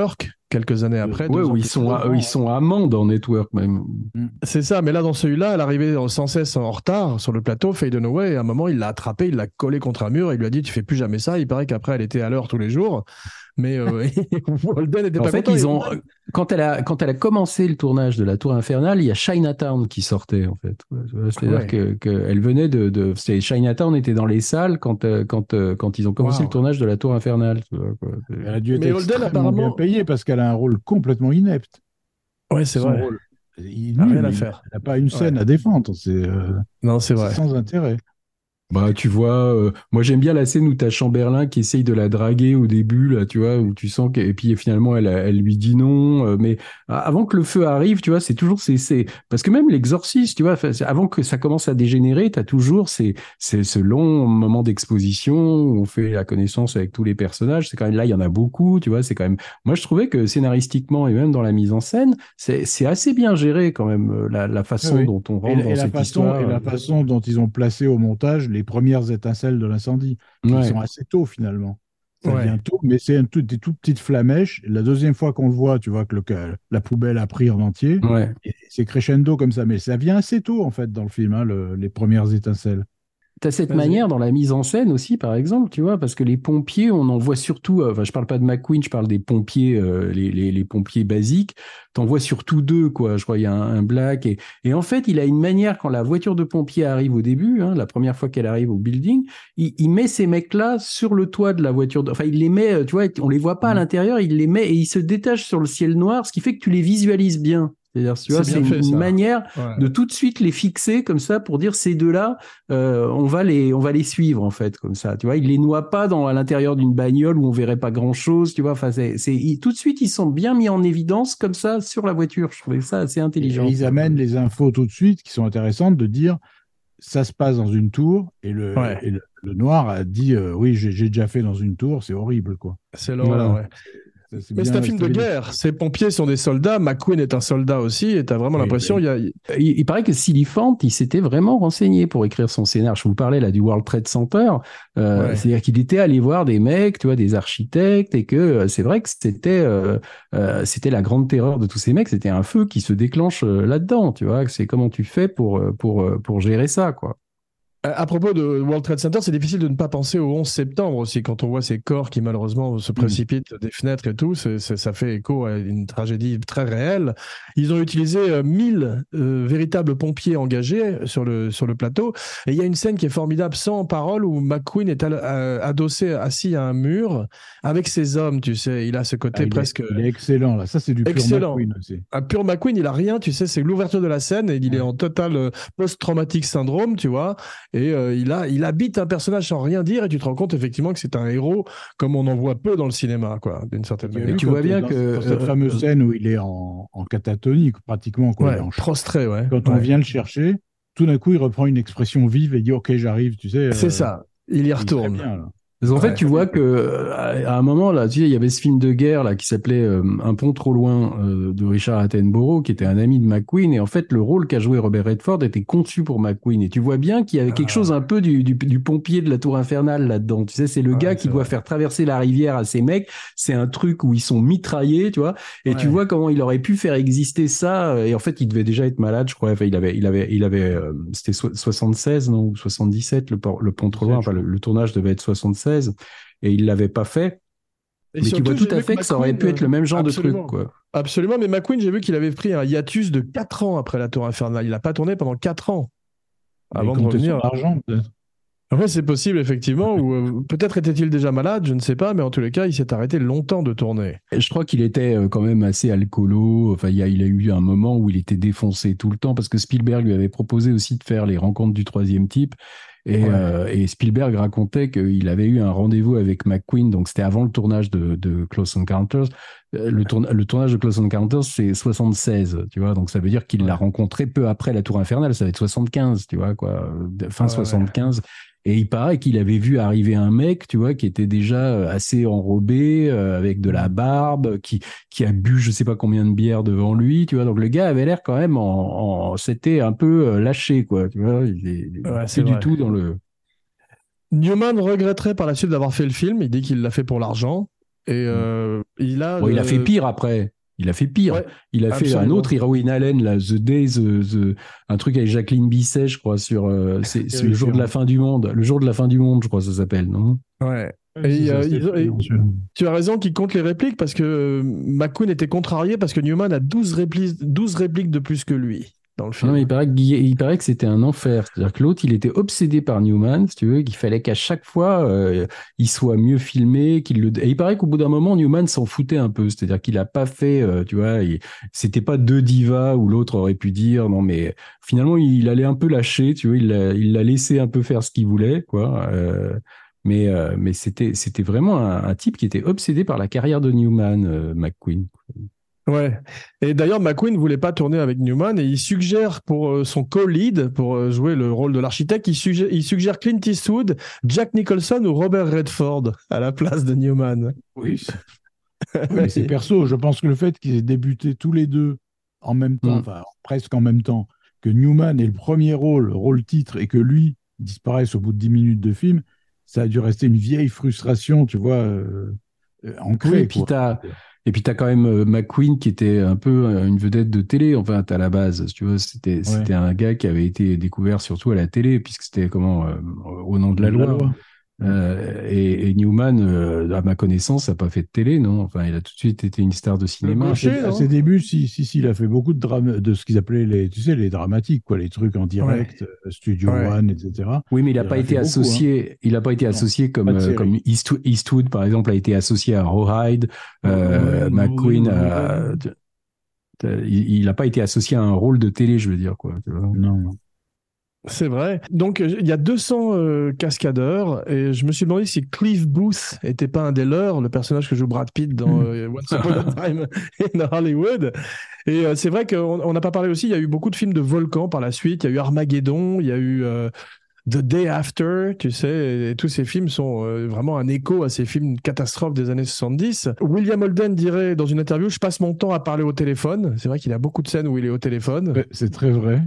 quelques années après. Ouais, deux ans où ils plus sont, tard. à- ils sont amants dans Network même. C'est ça, mais là, dans celui-là, elle arrivait sans cesse en retard sur le plateau, Faye Dunaway, et à un moment, il l'a attrapée, il l'a collée contre un mur, et il lui a dit, tu fais plus jamais ça. Il paraît qu'après, elle était à l'heure tous les jours, mais euh, Walden n'était En pas fait, content. ils Et ont, Walden- quand elle a, quand elle a commencé le tournage de La Tour Infernale, il y a Chinatown qui sortait, en fait. Ouais, tu vois, c'est-à-dire Ouais. que, que elle venait de, de, c'est- Chinatown était dans les salles quand, euh, quand, euh, quand ils ont commencé le Waouh. tournage de La Tour Infernale, tu vois, quoi. C'est- Elle a dû être Mais Holden, extrêmement bien apparemment, payée parce qu'elle a un rôle complètement inepte. ouais, c'est Son vrai, rôle, il est elle a rien nul. à Il faire. n'a pas une scène Ouais. à défendre. C'est euh, Non, c'est c'est vrai. sans intérêt. Bah, tu vois, euh, moi j'aime bien la scène où t'as Chamberlain qui essaye de la draguer au début, là, tu vois, où tu sens que, et puis finalement elle, elle lui dit non, euh, mais avant que le feu arrive, tu vois, c'est toujours, c'est, c'est, parce que même l'exorciste, tu vois, enfin, c'est- avant que ça commence à dégénérer, t'as toujours ces, ces, ce long moment d'exposition où on fait la connaissance avec tous les personnages, c'est quand même, là, il y en a beaucoup, tu vois, c'est quand même, moi je trouvais que scénaristiquement et même dans la mise en scène, c'est, c'est assez bien géré quand même, euh, la, la Ah façon oui. dont on Et, rentre la- et dans la cette façon, et histoire. la façon dont ils ont placé au montage les premières étincelles de l'incendie, qui Ouais. sont assez tôt finalement. Ça Ouais. vient tôt, mais c'est un tout- des toutes petites flamèches. La deuxième fois qu'on le voit, tu vois que, le, que la poubelle a pris en entier. Ouais. Et c'est crescendo comme ça, mais ça vient assez tôt en fait dans le film, hein, le- les premières étincelles. T'as cette Vas-y. manière dans la mise en scène aussi, par exemple, tu vois, parce que les pompiers, on en voit surtout, euh, enfin, je parle pas de McQueen, je parle des pompiers, euh, les, les, les pompiers basiques. T'en vois surtout deux, quoi. Je crois il y a un, un black et, et en fait, il a une manière quand la voiture de pompier arrive au début, hein, la première fois qu'elle arrive au building, il, il met ces mecs-là sur le toit de la voiture. De- enfin, il les met, euh, tu vois, on les voit pas à Mhm. l'intérieur, il les met et il se détache sur le ciel noir, ce qui fait que tu les visualises bien. C'est-à-dire, tu vois, C'est c'est bien une, fait, une ça. manière Ouais. de tout de suite les fixer comme ça pour dire ces deux-là, euh, on va les, on va les suivre en fait comme ça. Tu vois, il les noie pas dans à l'intérieur d'une bagnole où on verrait pas grand-chose. Tu vois, enfin c'est, c'est il- tout de suite ils sont bien mis en évidence comme ça sur la voiture. Je trouvais ça assez Et, intelligent. et ils quoi. amènent les infos tout de suite qui sont intéressantes de dire ça se passe dans une tour et le, Ouais. et le, le noir a dit euh, oui, j'ai j'ai déjà fait dans une tour, c'est horrible quoi. C'est l'horreur, Voilà. ouais. Ça, c'est Mais c'est un bien, film c'est de bien guerre. Ces pompiers sont des soldats. McQueen est un soldat aussi. Et t'as vraiment Oui, l'impression, oui. il y a, il- Il, il paraît que Silly Fant, il s'était vraiment renseigné pour écrire son scénar. Je vous parlais là du World Trade Center. Euh, ouais. C'est-à-dire qu'il était allé voir des mecs, tu vois, des architectes, et que euh, c'est vrai que c'était euh, euh, c'était la grande terreur de tous ces mecs. C'était un feu qui se déclenche euh, là-dedans, tu vois. C'est comment tu fais pour euh, pour euh, pour gérer ça, quoi. À à propos de World Trade Center, c'est difficile de ne pas penser au onze septembre aussi, quand on voit ces corps qui malheureusement se précipitent des fenêtres et tout, c'est, c'est- ça fait écho à une tragédie très réelle. Ils ont utilisé euh, mille euh, véritables pompiers engagés sur le, sur le plateau, et il y a une scène qui est formidable sans parole où McQueen est al- euh, adossé, assis à un mur, avec ses hommes, tu sais, il a ce côté Ah, il, est, presque... il est excellent là. Ça, c'est du pur Excellent. McQueen aussi. Un pur McQueen, il a rien, tu sais, c'est l'ouverture de la scène et il est Ouais. en total euh, post-traumatique syndrome, tu vois, et euh, il a, il habite un personnage sans rien dire et tu te rends compte effectivement que c'est un héros comme on en voit peu dans le cinéma, quoi, d'une certaine Tu as manière. vu tu quand, vois bien dans, que, dans cette euh, fameuse euh, scène où il est en, en catatonie, pratiquement, quoi, il est Ouais, en choc. prostré, ouais. Quand on ouais. vient le chercher, tout d'un coup, il reprend une expression vive et dit OK, j'arrive, tu sais. C'est euh, ça, il y il est très retourne. bien, là. Parce qu'en fait, Ouais. tu vois que euh, à un moment là, tu sais, il y avait ce film de guerre là qui s'appelait euh, Un pont trop loin euh, de Richard Attenborough, qui était un ami de McQueen, et en fait, le rôle qu'a joué Robert Redford était conçu pour McQueen. Et tu vois bien qu'il y avait quelque Ah. chose un peu du, du, du pompier de la Tour Infernale là-dedans. Tu sais, c'est le Ouais, gars qui c'est doit vrai. faire traverser la rivière à ces mecs. C'est un truc où ils sont mitraillés, tu vois. Et tu Ouais. vois comment il aurait pu faire exister ça. Et en fait, il devait déjà être malade, je crois. Enfin, il avait, il avait, il avait, euh, c'était so- soixante-seize, non, ou soixante-dix-sept, le, port- le pont trop loin. Enfin, le, le tournage devait être soixante-seize. Et il l'avait pas fait. Et Mais tu surtout, vois tout j'ai à vu fait que ça aurait McQueen, pu être le même genre de absolument. truc, quoi. Absolument, mais McQueen, j'ai vu qu'il avait pris un hiatus de quatre ans après la Tour Infernale. Il n'a pas tourné pendant quatre ans Il avant de comptait revenir. son argent, peut-être. Ouais, c'est possible, effectivement. Ou euh, peut-être était-il déjà malade, je ne sais pas, mais en tous les cas, il s'est arrêté longtemps de tourner. Et je crois qu'il était euh, quand même assez alcoolo. Enfin, il y a, il a eu un moment où il était défoncé tout le temps parce que Spielberg lui avait proposé aussi de faire les rencontres du troisième type. Et, Ouais. euh, et Spielberg racontait qu'il avait eu un rendez-vous avec McQueen, donc c'était avant le tournage de, de Close Encounters. Euh, Le, tourna- le tournage de Close Encounters, c'est soixante-seize, tu vois, donc ça veut dire qu'il Ouais. l'a rencontré peu après la Tour Infernale, ça va être soixante-quinze, tu vois, quoi, de- fin Ouais, ouais. soixante-quinze. Et il paraît qu'il avait vu arriver un mec, tu vois, qui était déjà euh, assez enrobé, euh, avec de la barbe, qui, qui a bu je sais pas combien de bières devant lui, tu vois. Donc le gars avait l'air quand même en, en c'était un peu euh, lâché, quoi, tu vois. Il est il est Ouais, plus c'est du vrai. tout dans le. Newman regretterait par la suite d'avoir fait le film. Il dit qu'il l'a fait pour l'argent. Et euh, il a. Bon, il a fait euh, pire après. Il a fait pire. Ouais, Il a fait un absolument. autre Irwin Allen, là, The Day, the, the- un truc avec Jacqueline Bisset, je crois, sur. euh, c'est c'est le jour de la fin du monde. Le jour de la fin du monde, je crois, ça s'appelle, non? Ouais. Ouais, c'est Et, ça, euh, c'était ils ont- et excellent, celui-là. tu as raison qu'il compte les répliques parce que euh, McQueen était contrarié parce que Newman a douze répliques, douze répliques de plus que lui dans le Ah non, mais il film. paraît que, Guy- il paraît que c'était un enfer. C'est-à-dire que l'autre, il était obsédé par Newman, si tu veux, qu'il fallait qu'à chaque fois, euh, il soit mieux filmé, qu'il le... Et il paraît qu'au bout d'un moment, Newman s'en foutait un peu. C'est-à-dire qu'il a pas fait, euh, tu vois, il... c'était pas deux divas où l'autre aurait pu dire, non, mais finalement, il allait un peu lâcher, tu vois, il l'a il l'a laissé un peu faire ce qu'il voulait, quoi. Euh, Mais, euh, mais c'était, c'était vraiment un, un type qui était obsédé par la carrière de Newman, euh, McQueen. Ouais. Et d'ailleurs, McQueen ne voulait pas tourner avec Newman et il suggère pour euh, son co-lead, pour euh, jouer le rôle de l'architecte, il suggère, il suggère Clint Eastwood, Jack Nicholson ou Robert Redford à la place de Newman. Oui, c'est- oui, mais c'est perso. Je pense que le fait qu'ils aient débuté tous les deux en même temps, Mm. enfin presque en même temps, que Newman ait le premier rôle, rôle titre, et que lui disparaisse au bout de dix minutes de film, ça a dû rester une vieille frustration, tu vois, euh, euh, Oui, et ancrée, puis quoi. t'as, et puis t'as quand même euh, McQueen qui était un peu euh, une vedette de télé, enfin, à la base, tu vois, c'était, Ouais, c'était un gars qui avait été découvert surtout à la télé, puisque c'était comment, euh, au nom au de nom la de la loi. loi. Ouais. Euh, et, et Newman, euh, à ma connaissance, n'a pas fait de télé, non? Enfin, il a tout de suite été une star de Le cinéma. À ses, gaucher, à ses non? débuts, si, si, si, il a fait beaucoup de drames, de ce qu'ils appelaient les, tu sais, les dramatiques, quoi, les trucs en Ouais, direct, euh, Studio ouais. One, et cetera. Oui, mais il n'a Il en pas a fait été beaucoup, hein. associé, il n'a pas été Non, associé pas comme, de euh, comme série. Eastwood, Eastwood, par exemple, a été associé à Rawhide, Ouais, euh, non, oui, McQueen, non, non, a- il n'a pas été associé à un rôle de télé, je veux dire, quoi. Tu vois. non, non. C'est vrai. Donc, euh, il y a deux cents euh, cascadeurs et je me suis demandé si Cliff Booth était pas un des leurs, le personnage que joue Brad Pitt dans euh, Once Upon a Time in Hollywood. Et euh, c'est vrai qu'on on n'a pas parlé aussi, il y a eu beaucoup de films de volcans par la suite. Il y a eu Armageddon, il y a eu euh, The Day After, tu sais, et, et tous ces films sont euh, vraiment un écho à ces films catastrophes des années soixante-dix. William Holden dirait dans une interview, je passe mon temps à parler au téléphone. C'est vrai qu'il a beaucoup de scènes où il est au téléphone. Ouais, c'est très vrai.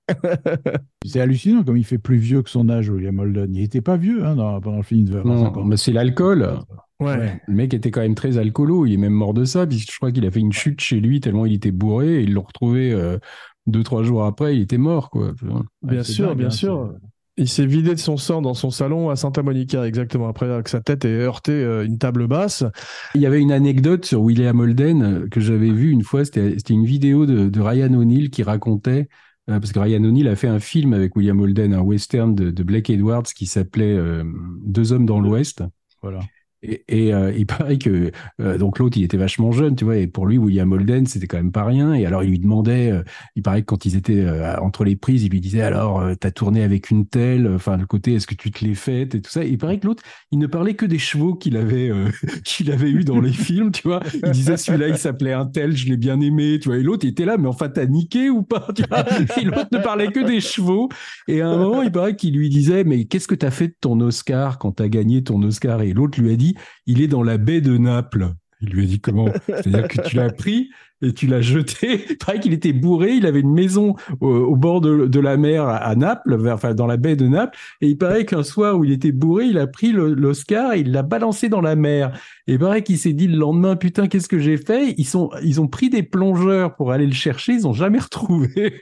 C'est hallucinant comme il fait plus vieux que son âge, William Holden. Il n'était pas vieux hein, dans- pendant le film, il devait avoir Non, cinquante. mais c'est l'alcool. Ouais. Le mec était quand même très alcoolo. Il est même mort de ça, puisque je crois qu'il a fait une chute chez lui tellement il était bourré et ils l'ont retrouvé euh, deux, trois jours après, il était mort, quoi. Tu vois. Bien Ouais, c'est sûr, dingue, bien hein, c'est- sûr. Il s'est vidé de son sang dans son salon à Santa Monica, exactement, après que sa tête ait heurté euh, une table basse. Il y avait une anecdote sur William Holden euh, que j'avais vue une fois. C'était c'était une vidéo de, de Ryan O'Neill qui racontait, euh, parce que Ryan O'Neill a fait un film avec William Holden, un western de, de Blake Edwards qui s'appelait euh, Deux hommes dans l'Ouest. Voilà. Et, et euh, il paraît que euh, donc l'autre il était vachement jeune, tu vois, et pour lui William Holden c'était quand même pas rien. Et alors il lui demandait, euh, il paraît que quand ils étaient euh, entre les prises, il lui disait alors euh, t'as tourné avec une telle, enfin le côté est-ce que tu te l'es faite et tout ça. Et il paraît que l'autre il ne parlait que des chevaux qu'il avait euh, qu'il avait eu dans les films, tu vois. Il disait celui-là il s'appelait un tel, je l'ai bien aimé, tu vois. Et l'autre il était là mais enfin t'as niqué ou pas, tu vois. Et l'autre ne parlait que des chevaux. Et à un moment il paraît qu'il lui disait mais qu'est-ce que t'as fait de ton Oscar quand t'as gagné ton Oscar? Et l'autre lui a dit il est dans la baie de Naples. Il lui a dit comment? C'est-à-dire que tu l'as pris et tu l'as jeté. Il paraît qu'il était bourré, il avait une maison au, au bord de, de la mer à, à Naples, vers, enfin dans la baie de Naples, et il paraît qu'un soir où il était bourré, il a pris le- l'Oscar et il l'a balancé dans la mer. Et il paraît qu'il s'est dit le lendemain, putain, qu'est-ce que j'ai fait? Ils sont, ils ont pris des plongeurs pour aller le chercher, ils ont jamais retrouvé.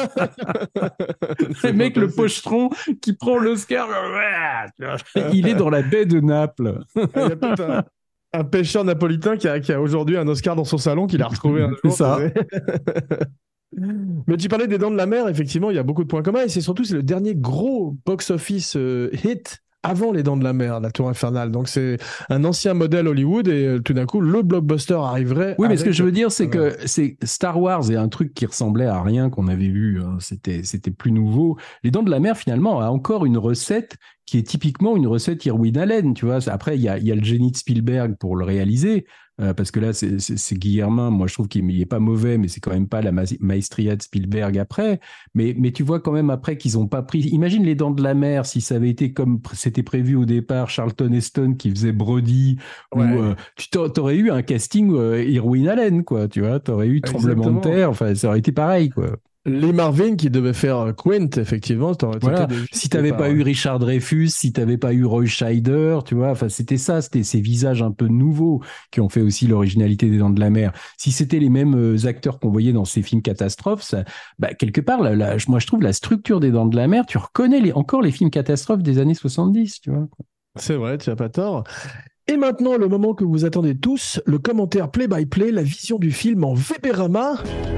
Le mec, le pochetron, qui prend l'Oscar, il est dans la baie de Naples. Il y a peut-être un, un pêcheur napolitain qui a, qui a aujourd'hui un Oscar dans son salon, qu'il a retrouvé un C'est jour. ça. tu sais. Mais tu parlais des Dents de la Mer, effectivement, il y a beaucoup de points communs, et c'est surtout c'est le dernier gros box-office euh, hit avant les Dents de la Mer, la Tour Infernale. Donc c'est un ancien modèle Hollywood, et euh, tout d'un coup, le blockbuster arriverait. Oui, mais ce que avec je veux dire, la c'est Tour que c'est Star Wars est un truc qui ressemblait à rien qu'on avait vu. Hein. C'était, c'était plus nouveau. Les Dents de la Mer, finalement, a encore une recette qui est typiquement une recette Irwin Allen. Tu vois, après, il y a, il y a le génie de Spielberg pour le réaliser. Euh, parce que là, c'est, c'est, c'est Guillermin. Moi, je trouve qu'il n'est pas mauvais, mais c'est quand même pas la ma- maestria de Spielberg après. Mais, mais tu vois quand même après qu'ils n'ont pas pris. Imagine les Dents de la Mer si ça avait été comme pr- c'était prévu au départ, Charlton Heston qui faisait Brody, ou Ouais. euh, tu t'a- t'aurais eu un casting euh, Irwin Allen, quoi. Tu vois, t'aurais eu Tremblement de Exactement. terre. Enfin, ça aurait été pareil, quoi. Lee Marvin qui devait faire Quint, effectivement. Voilà. Si t'avais pas, pas eu Richard Dreyfuss, si t'avais pas eu Roy Scheider, tu vois, enfin c'était ça, c'était ces visages un peu nouveaux qui ont fait aussi l'originalité des Dents de la Mer. Si c'était les mêmes acteurs qu'on voyait dans ces films catastrophes, ça, bah, quelque part, la, la, moi je trouve la structure des Dents de la Mer, tu reconnais les, encore les films catastrophes des années soixante-dix, tu vois. C'est vrai, tu as pas tort. Et maintenant, le moment que vous attendez tous, le commentaire play-by-play, la vision du film en Weberama.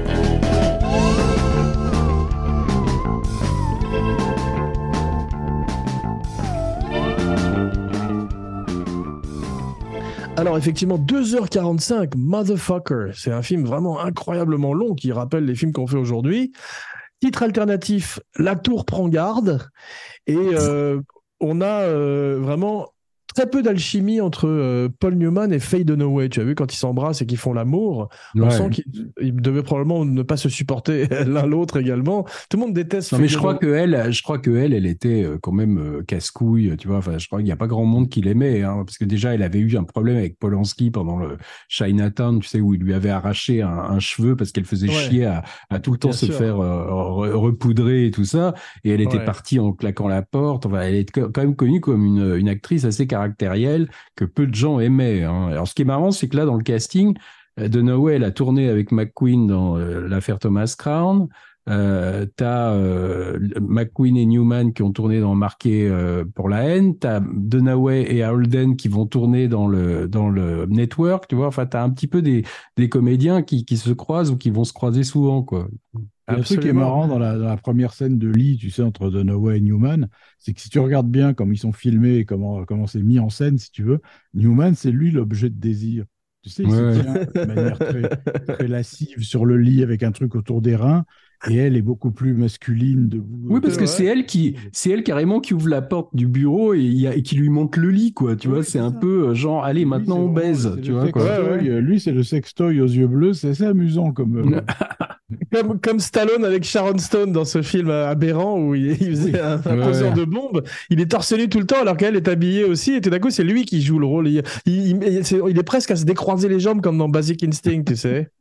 Alors effectivement, deux heures quarante-cinq, Motherfucker, c'est un film vraiment incroyablement long qui rappelle les films qu'on fait aujourd'hui. Titre alternatif, La Tour prend garde. Et euh, on a euh, vraiment très peu d'alchimie entre euh, Paul Newman et Faye Dunaway. Tu as vu, quand ils s'embrassent et qu'ils font l'amour, on ouais. sent qu'ils devaient probablement ne pas se supporter l'un l'autre également. Tout le monde déteste. Non, mais je crois que elle, je crois que elle, elle était quand même euh, casse-couille, tu vois. Enfin, je crois qu'il n'y a pas grand monde qui l'aimait, hein, parce que déjà, elle avait eu un problème avec Polanski pendant le Chinatown, tu sais, où il lui avait arraché un, un cheveu parce qu'elle faisait ouais. chier à, à tout le temps Bien se sûr. faire euh, repoudrer et tout ça. Et elle était ouais. partie en claquant la porte. Enfin, elle est quand même connue comme une, une actrice assez caractérielle que peu de gens aimaient. Hein. Alors, ce qui est marrant, c'est que là, dans le casting, Dunaway, elle a tourné avec McQueen dans euh, l'affaire Thomas Crown. Euh, t'as euh, McQueen et Newman qui ont tourné dans Marqué euh, pour la haine. T'as Dunaway et Holden qui vont tourner dans le dans le Network. Tu vois, enfin, t'as un petit peu des des comédiens qui qui se croisent ou qui vont se croiser souvent, quoi. Il y a un truc qui est marrant dans la, dans la première scène de Lee, tu sais, entre Dunaway et Newman, c'est que si tu regardes bien comment ils sont filmés et comment, comment c'est mis en scène, si tu veux, Newman, c'est lui l'objet de désir. Tu sais, il ouais. se tient de manière très, très lascive sur le lit avec un truc autour des reins, et elle est beaucoup plus masculine debout. Oui, parce que c'est elle qui, c'est elle carrément qui ouvre la porte du bureau et, y a, et qui lui montre le lit, quoi. Tu oui, vois, c'est, c'est un peu genre, allez, lui, maintenant on baise, tu vois, quoi. Ouais, ouais. Lui, c'est le sextoy aux yeux bleus, c'est assez amusant comme. Comme, comme Stallone avec Sharon Stone dans ce film aberrant où il, il faisait oui. un, un ouais, poseur ouais. de bombe. Il est torse nu tout le temps alors qu'elle est habillée aussi. Et tout d'un coup, c'est lui qui joue le rôle. Il, il, il, c'est, il est presque à se décroiser les jambes comme dans Basic Instinct, tu sais.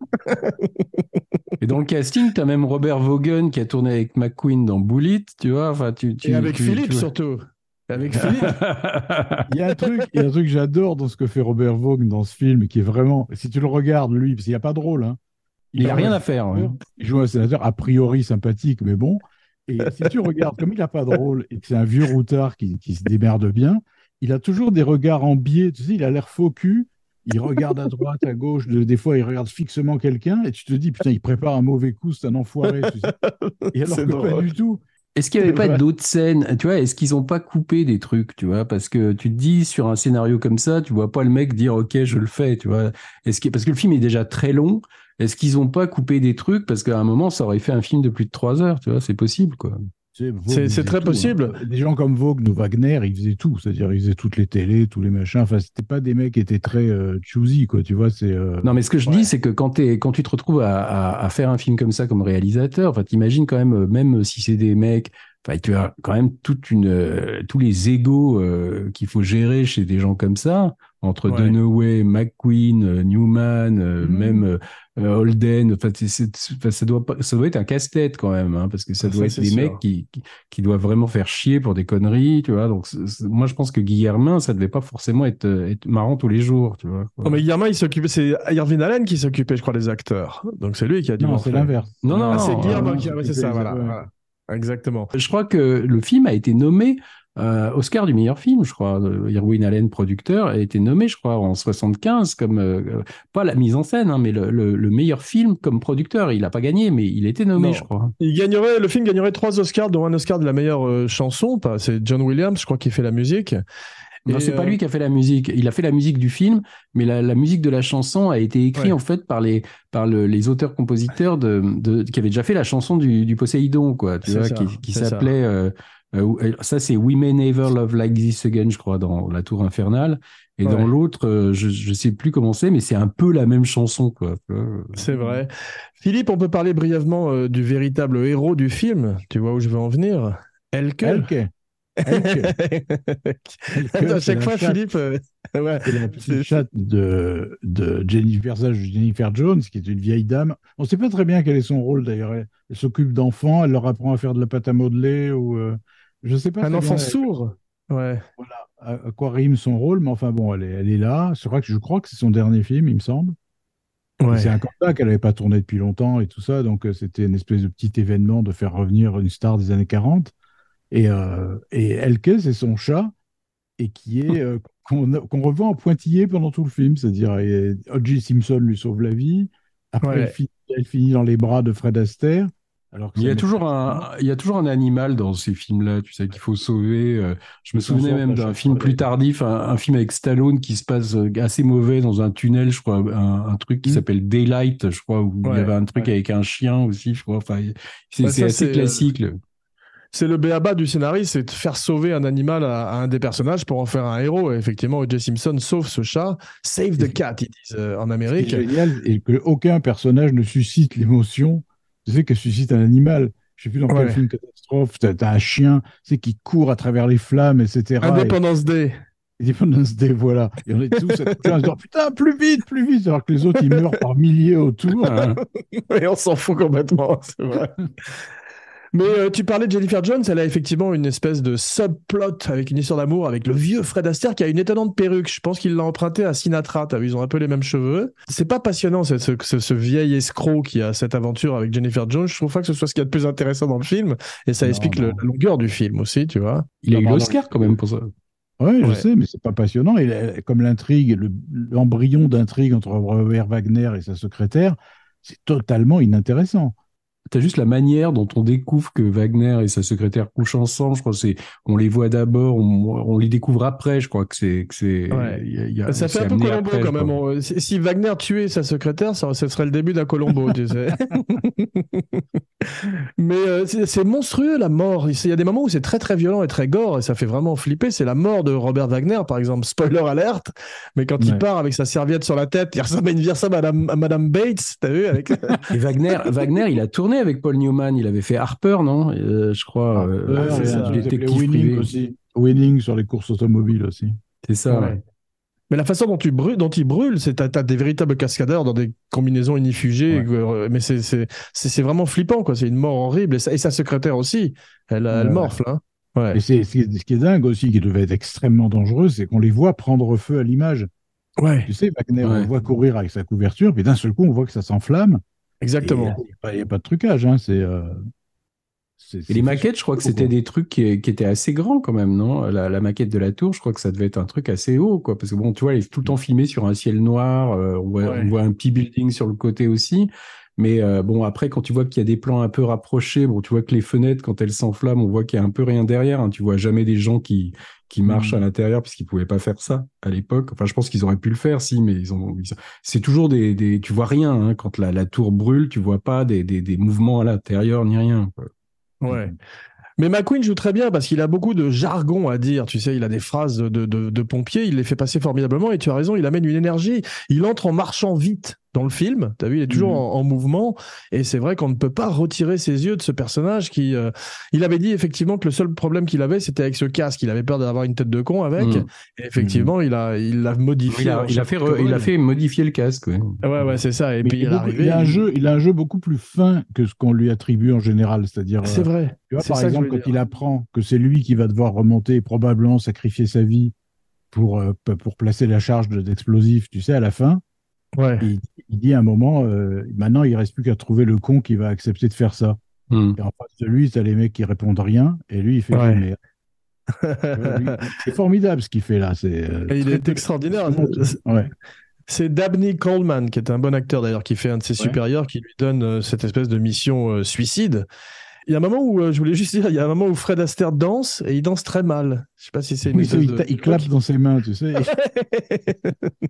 Et dans le casting, t'as même Robert Vaughan qui a tourné avec McQueen dans Bullitt, tu vois. Enfin, tu, tu, Et avec tu, Philippe tu surtout. Avec Philippe. il y a un truc, il y a un truc que j'adore dans ce que fait Robert Vaughan dans ce film, qui est vraiment, si tu le regardes lui, parce qu'il n'y a pas de rôle, hein. Il n'a rien à faire. Hein. Il joue un sénateur a priori sympathique, mais bon. Et si tu regardes, comme il n'a pas de rôle et que c'est un vieux routard qui, qui se démerde bien, il a toujours des regards en biais. Tu sais, il a l'air faux cul. Il regarde à droite, à gauche. De, des fois, il regarde fixement quelqu'un et tu te dis, putain, il prépare un mauvais coup, c'est un enfoiré. Tu sais. Et alors c'est que drôle. Pas du tout. Est-ce qu'il n'y avait pas d'autres scènes, tu vois, est-ce qu'ils n'ont pas coupé des trucs, tu vois, parce que tu te dis, sur un scénario comme ça, tu vois pas le mec dire, OK, je le fais, tu vois. Est-ce que, parce que le film est déjà très long, est-ce qu'ils n'ont pas coupé des trucs, parce qu'à un moment, ça aurait fait un film de plus de trois heures, tu vois, c'est possible, quoi. C'est, c'est, c'est très tout, possible. Hein. Des gens comme Vogue ou Wagner, ils faisaient tout, c'est-à-dire ils faisaient toutes les télés, tous les machins. Enfin, c'était pas des mecs qui étaient très euh, choosy, quoi. Tu vois, c'est. Euh... Non, mais ce que je ouais. dis, c'est que quand, t'es, quand tu te retrouves à, à, à faire un film comme ça comme réalisateur, enfin, t'imagines quand même, même si c'est des mecs, enfin, tu as quand même toute une, euh, tous les égos euh, qu'il faut gérer chez des gens comme ça, entre ouais. Dunaway, McQueen, euh, Newman, euh, mmh. même euh, Holden. Enfin, c'est, c'est, ça doit pas, ça doit être un casse-tête quand même, hein, parce que ça doit ça, être des sûr. mecs qui, qui, qui doivent vraiment faire chier pour des conneries, tu vois. Donc, c'est, c'est, moi, je pense que Guillermin, ça devait pas forcément être, être marrant tous les jours, tu vois. Non, mais Guillermin, il s'occupait, c'est Irvin Allen qui s'occupait, je crois, des acteurs. Donc, c'est lui qui a dit. Non, c'est l'inverse. Non, non, ah, non. C'est Guillermin euh, qui a, c'est ça, voilà. voilà. Exactement. Je crois que le film a été nommé euh, Oscar du meilleur film, je crois. Irwin Allen, producteur, a été nommé, je crois, en soixante-quinze comme euh, pas la mise en scène, hein, mais le, le, le meilleur film comme producteur. Il n'a pas gagné, mais il était nommé, non. je crois. Il gagnerait, le film gagnerait trois Oscars, dont un Oscar de la meilleure euh, chanson. C'est John Williams, je crois, qui fait la musique. Non, et c'est euh... pas lui qui a fait la musique. Il a fait la musique du film, mais la, la musique de la chanson a été écrite ouais. en fait par les par le, les auteurs-compositeurs de, de qui avaient déjà fait la chanson du, du Poséidon, quoi. Tu c'est vois, ça, qui, qui s'appelait. Ça. Euh, euh, ça, c'est We May Never Love Like This Again, je crois, dans La Tour Infernale. Et ouais. dans l'autre, euh, je je sais plus comment c'est, mais c'est un peu la même chanson, quoi. C'est vrai. Philippe, on peut parler brièvement euh, du véritable héros du film. Tu vois où je veux en venir? Elke. Elke. Elke. Elke, À c'est chaque la fois, chatte, Philippe, euh, ouais, c'est la petite c'est- chatte de, de Jennifer, personnage de Jennifer Jones, qui est une vieille dame. On ne sait pas très bien quel est son rôle d'ailleurs. Elle, elle s'occupe d'enfants, elle leur apprend à faire de la pâte à modeler, ou euh, je ne sais pas un très bien enfant sourd. Ouais, voilà, à, à quoi rime son rôle, mais enfin bon, elle est, elle est là. Je crois que, je crois que c'est son dernier film, il me semble. Et c'est ouais. un comeback qu'elle n'avait pas tourné depuis longtemps et tout ça, donc euh, c'était une espèce de petit événement de faire revenir une star des années quarante. Et, euh, et Elke, c'est son chat, et qui est euh, qu'on qu'on revoit en pointillé pendant tout le film. C'est-à-dire, et O J. Simpson lui sauve la vie. Après, elle Ouais. finit, elle finit dans les bras de Fred Astaire, alors que Il y c'est un a mec toujours passionnant. un, il y a toujours un animal dans ces films-là, tu sais, qu'il faut sauver. euh, Je me Il s'en souvenais sort même à d'un chaque film fois. plus tardif, un, un film avec Stallone qui se passe euh, assez mauvais dans un tunnel, je crois, un, un truc qui Hmm. s'appelle Daylight, je crois, où il y avait Ouais, un truc ouais. avec un chien aussi, je crois. Enfin, c'est Bah, c'est ça, assez c'est euh, classique. le- c'est le béaba du scénariste, c'est de faire sauver un animal à, à un des personnages pour en faire un héros. Et effectivement, O J. Simpson sauve ce chat. Save Et the cat, ils disent euh, en ce qui est Amérique. génial, c'est que aucun personnage ne suscite l'émotion, tu sais, que suscite un animal. Je ne sais plus dans quel Ouais. film catastrophe, tu as un chien, tu sais, qui court à travers les flammes, et cetera. Et Independence Day. Independence Day, voilà. Et on est tous accouchés en se disant, putain, plus vite, plus vite, alors que les autres, ils meurent par milliers autour. Hein. Et on s'en fout complètement, c'est vrai. Mais euh, tu parlais de Jennifer Jones, elle a effectivement une espèce de subplot avec une histoire d'amour avec le vieux Fred Astaire qui a une étonnante perruque. Je pense qu'il l'a emprunté à Sinatra. T'as vu, ils ont un peu les mêmes cheveux. C'est pas passionnant ce, ce, ce, ce vieil escroc qui a cette aventure avec Jennifer Jones. Je trouve pas que ce soit ce qu'il y a de plus intéressant dans le film et ça Non, explique le- non. la longueur du film aussi, tu vois. Il a Non, eu pardon, l'Oscar quand même pour ça. ouais, je Ouais. sais, mais c'est pas passionnant. Et la- comme l'intrigue, le- l'embryon d'intrigue entre Robert Wagner et sa secrétaire, c'est totalement inintéressant. T'as juste la manière dont on découvre que Wagner et sa secrétaire couchent ensemble. Je crois que c'est, on les voit d'abord, on, on les découvre après. Je crois que c'est, que c'est, Ouais. il y a- il y a- Ça fait c'est un peu amené Colombo après, je quand même. crois. On- si, si Wagner tuait sa secrétaire, ça, ce serait le début d'un Colombo, tu sais. Mais euh, c'est c'est monstrueux la mort. Il y a des moments où c'est très très violent et très gore et ça fait vraiment flipper. C'est la mort de Robert Wagner, par exemple. Spoiler alerte. Mais quand il Ouais. part avec sa serviette sur la tête, il ressemble à une il ressemble à Madame, à Madame Bates, t'as vu avec... Et Wagner, Wagner, il a tourné avec Paul Newman. Il avait fait Harper, non? Euh, je crois, euh, Harper, c'est il y a un ça, truc qui s'appelait détective Winning privé. aussi. Winning sur les courses automobiles aussi. C'est ça. Ouais. Ouais. Mais la façon dont, tu brûles, dont il brûle, c'est t'as, t'as des véritables cascadeurs dans des combinaisons inifugées. Ouais. euh, mais c'est, c'est, c'est, c'est vraiment flippant, quoi. C'est une mort horrible. Et, sa- et sa secrétaire aussi, elle, Ouais, elle ouais. morfle. Hein. Ouais. Et c'est, ce qui est ce qui est dingue aussi, qui devait être extrêmement dangereux, c'est qu'on les voit prendre feu à l'image. Ouais, Tu sais, Wagner, on Ouais. le voit courir avec sa couverture, puis d'un seul coup, on voit que ça s'enflamme. Et il n'y exactement. a, pas- il y a pas de trucage. Hein, c'est, euh, c'est, Et c'est les fait maquettes, sur je crois que photo, c'était quoi. des trucs qui, qui étaient assez grands quand même, non? La, la maquette de la tour, je crois que ça devait être un truc assez haut, quoi. Parce que bon, tu vois, elle est tout le temps filmée sur un ciel noir. euh, on voit, Ouais. on voit un petit building sur le côté aussi. Mais euh, bon, après, quand tu vois qu'il y a des plans un peu rapprochés, bon, tu vois que les fenêtres, quand elles s'enflamment, on voit qu'il y a un peu rien derrière. Hein. Tu vois jamais des gens qui, qui marchent à Mm. l'intérieur puisqu'ils pouvaient pas faire ça à l'époque. Enfin, je pense qu'ils auraient pu le faire, si, mais ils ont. ils- C'est toujours des, des, tu vois rien hein. Quand la, la tour brûle, tu vois pas des, des, des mouvements à l'intérieur ni rien, quoi. Ouais. Mais McQueen joue très bien parce qu'il a beaucoup de jargon à dire. Tu sais, il a des phrases de, de, de, de pompier, il les fait passer formidablement. Et tu as raison, il amène une énergie. Il entre en marchant vite dans le film. Tu as vu, il est toujours Mhm. en, en mouvement. Et c'est vrai qu'on ne peut pas retirer ses yeux de ce personnage qui. euh, Il avait dit effectivement que le seul problème qu'il avait, c'était avec ce casque. Il avait peur d'avoir une tête de con avec. Mm. Et effectivement, il a il l'a modifié. Il a, en il a fait, chapitre re- il a rôle. fait modifier le casque. Ouais. Ouais, ouais, c'est ça. Et Mais puis il, est il est beaucoup- arrivé. il a un il- jeu, il a un jeu beaucoup plus fin que ce qu'on lui attribue en général. C'est-à-dire, C'est euh, vrai. tu vois, C'est par ça que je exemple, voulais quand dire. il apprend que c'est lui qui va devoir remonter et probablement sacrifier sa vie pour, euh, p- pour placer la charge de- d'explosif, tu sais, à la fin, Ouais. il, il dit à un moment, euh, maintenant, il reste plus qu'à trouver le con qui va accepter de faire ça. Mm. Et en face de lui, tu as les mecs qui répondent rien, et lui, il fait Ouais. jamais. Tu vois, lui, c'est formidable ce qu'il fait là. C'est euh, Et il très est peu- extraordinaire. Ouais. C'est Dabney Coleman, qui est un bon acteur d'ailleurs, qui fait un de ses Ouais. supérieurs, qui lui donne euh, cette espèce de mission euh, suicide. Il y a un moment où, euh, je voulais juste dire, il y a un moment où Fred Astaire danse, et il danse très mal. Je sais pas si c'est une Oui, ça, espèce il, de... ta- il clappe dans ses mains, tu sais.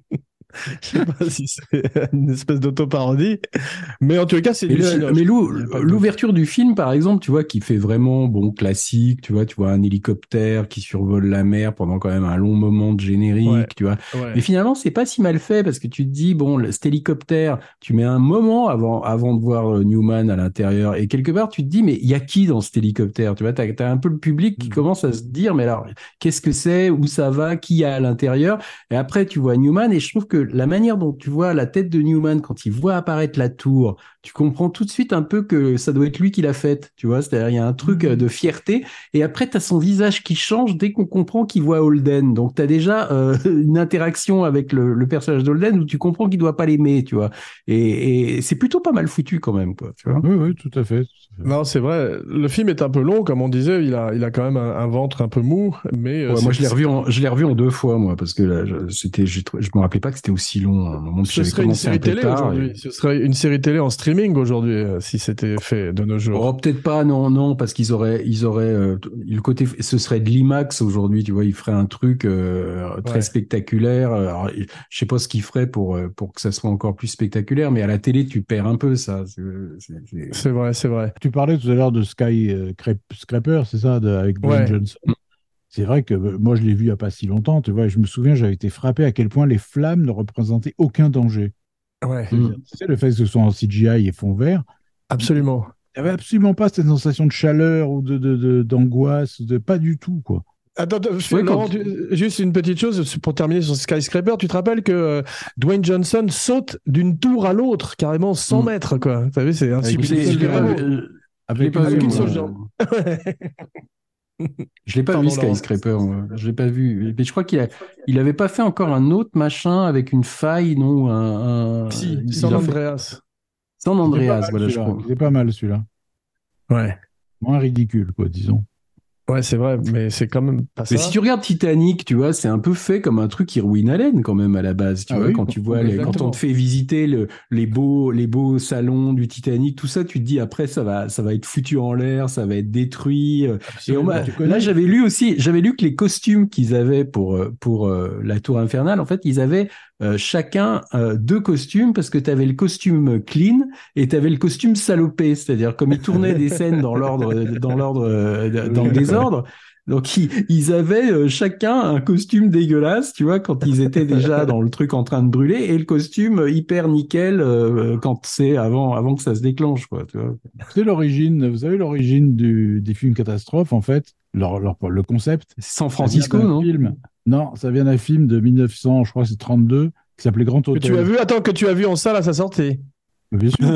Je sais pas si c'est une espèce d'autoparodie, mais en tout cas, c'est Mais, du le- cinoche. mais Il l'ou- y a pas de- l'ouverture du film, par exemple, tu vois, qui fait vraiment bon classique, tu vois, tu vois un hélicoptère qui survole la mer pendant quand même un long moment de générique, Ouais, tu vois. Mais ouais. finalement, c'est pas si mal fait parce que tu te dis bon, le- cet hélicoptère, tu mets un moment avant avant de voir euh, Newman à l'intérieur et quelque part tu te dis mais il y a qui dans cet hélicoptère, tu vois, t'as t'as un peu le public qui Mm. commence à se dire mais alors qu'est-ce que c'est, où ça va, qui y a à l'intérieur. Et après, tu vois Newman, et je trouve que la manière dont tu vois la tête de Newman quand il voit apparaître la tour, tu comprends tout de suite un peu que ça doit être lui qui l'a faite, tu vois. C'est-à-dire, il y a un truc euh, Mm. de fierté, et après, tu as son visage qui change dès qu'on comprend qu'il voit Holden. Donc, tu as déjà euh, une interaction avec le, le personnage d'Holden où tu comprends qu'il doit pas l'aimer, tu vois. Et, et c'est plutôt pas mal foutu quand même, quoi, tu vois. Oui, oui, tout à fait. tout à fait. Non, c'est vrai. Le film est un peu long, comme on disait. Il a, il a quand même un, un ventre un peu mou, mais euh, Ouais, c'est- moi, je l'ai c'est- revu en, je l'ai revu en deux fois, moi, parce que là, je, c'était, j'ai trou- je me rappelais pas que c'était aussi long à un moment, puis ce j'avais serait une commencé un série peu télé tard. aujourd'hui. et- Ce serait une série télé en streaming aujourd'hui, euh, si c'était fait de nos jours. Oh, peut-être pas, non, non, parce qu'ils auraient, ils auraient, euh, t- le côté, ce serait de l'IMAX aujourd'hui, tu vois, ils feraient un truc euh, très Ouais. spectaculaire. Alors, je sais pas ce qu'ils feraient pour euh, pour que ça soit encore plus spectaculaire, mais à la télé, tu perds un peu ça. C'est- c'est- c'est- C'est vrai, c'est vrai. Tu parlais tout à l'heure de Sky euh, Crap- Scraper, c'est ça, de- avec Dwayne Ouais. Johnson. C'est vrai que euh, moi, je l'ai vu il n'y a pas si longtemps, tu vois, et je me souviens, j'avais été frappé à quel point les flammes ne représentaient aucun danger. Ouais, Mm. Tu sais, le fait que ce soit en C G I et fond vert, absolument. il n'y avait absolument pas cette sensation de chaleur ou de, de, de- d'angoisse, de, pas du tout, quoi. Attends, attends, Ouais, Laurent, quand- tu- juste une petite chose pour terminer sur Skyscraper. Tu te rappelles que euh, Dwayne Johnson saute d'une tour à l'autre, carrément cent Mm. mètres, quoi. Vous savez, c'est un Avec Je l'ai une je l'ai seule pas jambe. vu, euh, je l'ai Avec pas une vu, Avec une moi. seule jambe. Je l'ai pas Pardon, vu Laurent. Skyscraper, moi. Je l'ai pas vu. Mais je crois qu'il a, il avait pas fait encore un autre machin avec une faille, non? Un, un- Si, il San a fait Andreas. San C'était pas Andreas, mal, voilà, je celui-là. crois. Il est pas mal, celui-là. Ouais. Moins ridicule, quoi, disons. Ouais, c'est vrai, mais c'est quand même pas ça. Mais si tu regardes Titanic, tu vois, c'est un peu fait comme un truc Irwin Allen quand même à la base, tu Ah vois, oui, quand tu vois, les- quand exactement. on te fait visiter le- les beaux, les beaux salons du Titanic, tout ça, tu te dis après ça va, ça va être foutu en l'air, ça va être détruit. euh, Et on m'a- Tu connais là, j'avais lu aussi, j'avais lu que les costumes qu'ils avaient pour euh, pour euh, la Tour Infernale, en fait, ils avaient euh, chacun euh, deux costumes parce que tu avais le costume clean et tu avais le costume salopé, c'est-à-dire comme ils tournaient des scènes dans l'ordre, dans l'ordre, euh, dans le désordre. Donc ils, ils avaient euh, chacun un costume dégueulasse, tu vois, quand ils étaient déjà dans le truc en train de brûler, et le costume hyper nickel euh, quand c'est avant avant que ça se déclenche, quoi, tu vois. C'est l'origine, vous savez, l'origine du, des films catastrophes, en fait, leur, leur- le concept. C'est San ça vient Francisco, d'un non? film. Non, ça vient d'un film de mille neuf cents, je crois que c'est trente-deux, qui s'appelait Grand Que Hôtel. tu as vu, attends, que tu as vu en salle à sa sortie. Bien sûr,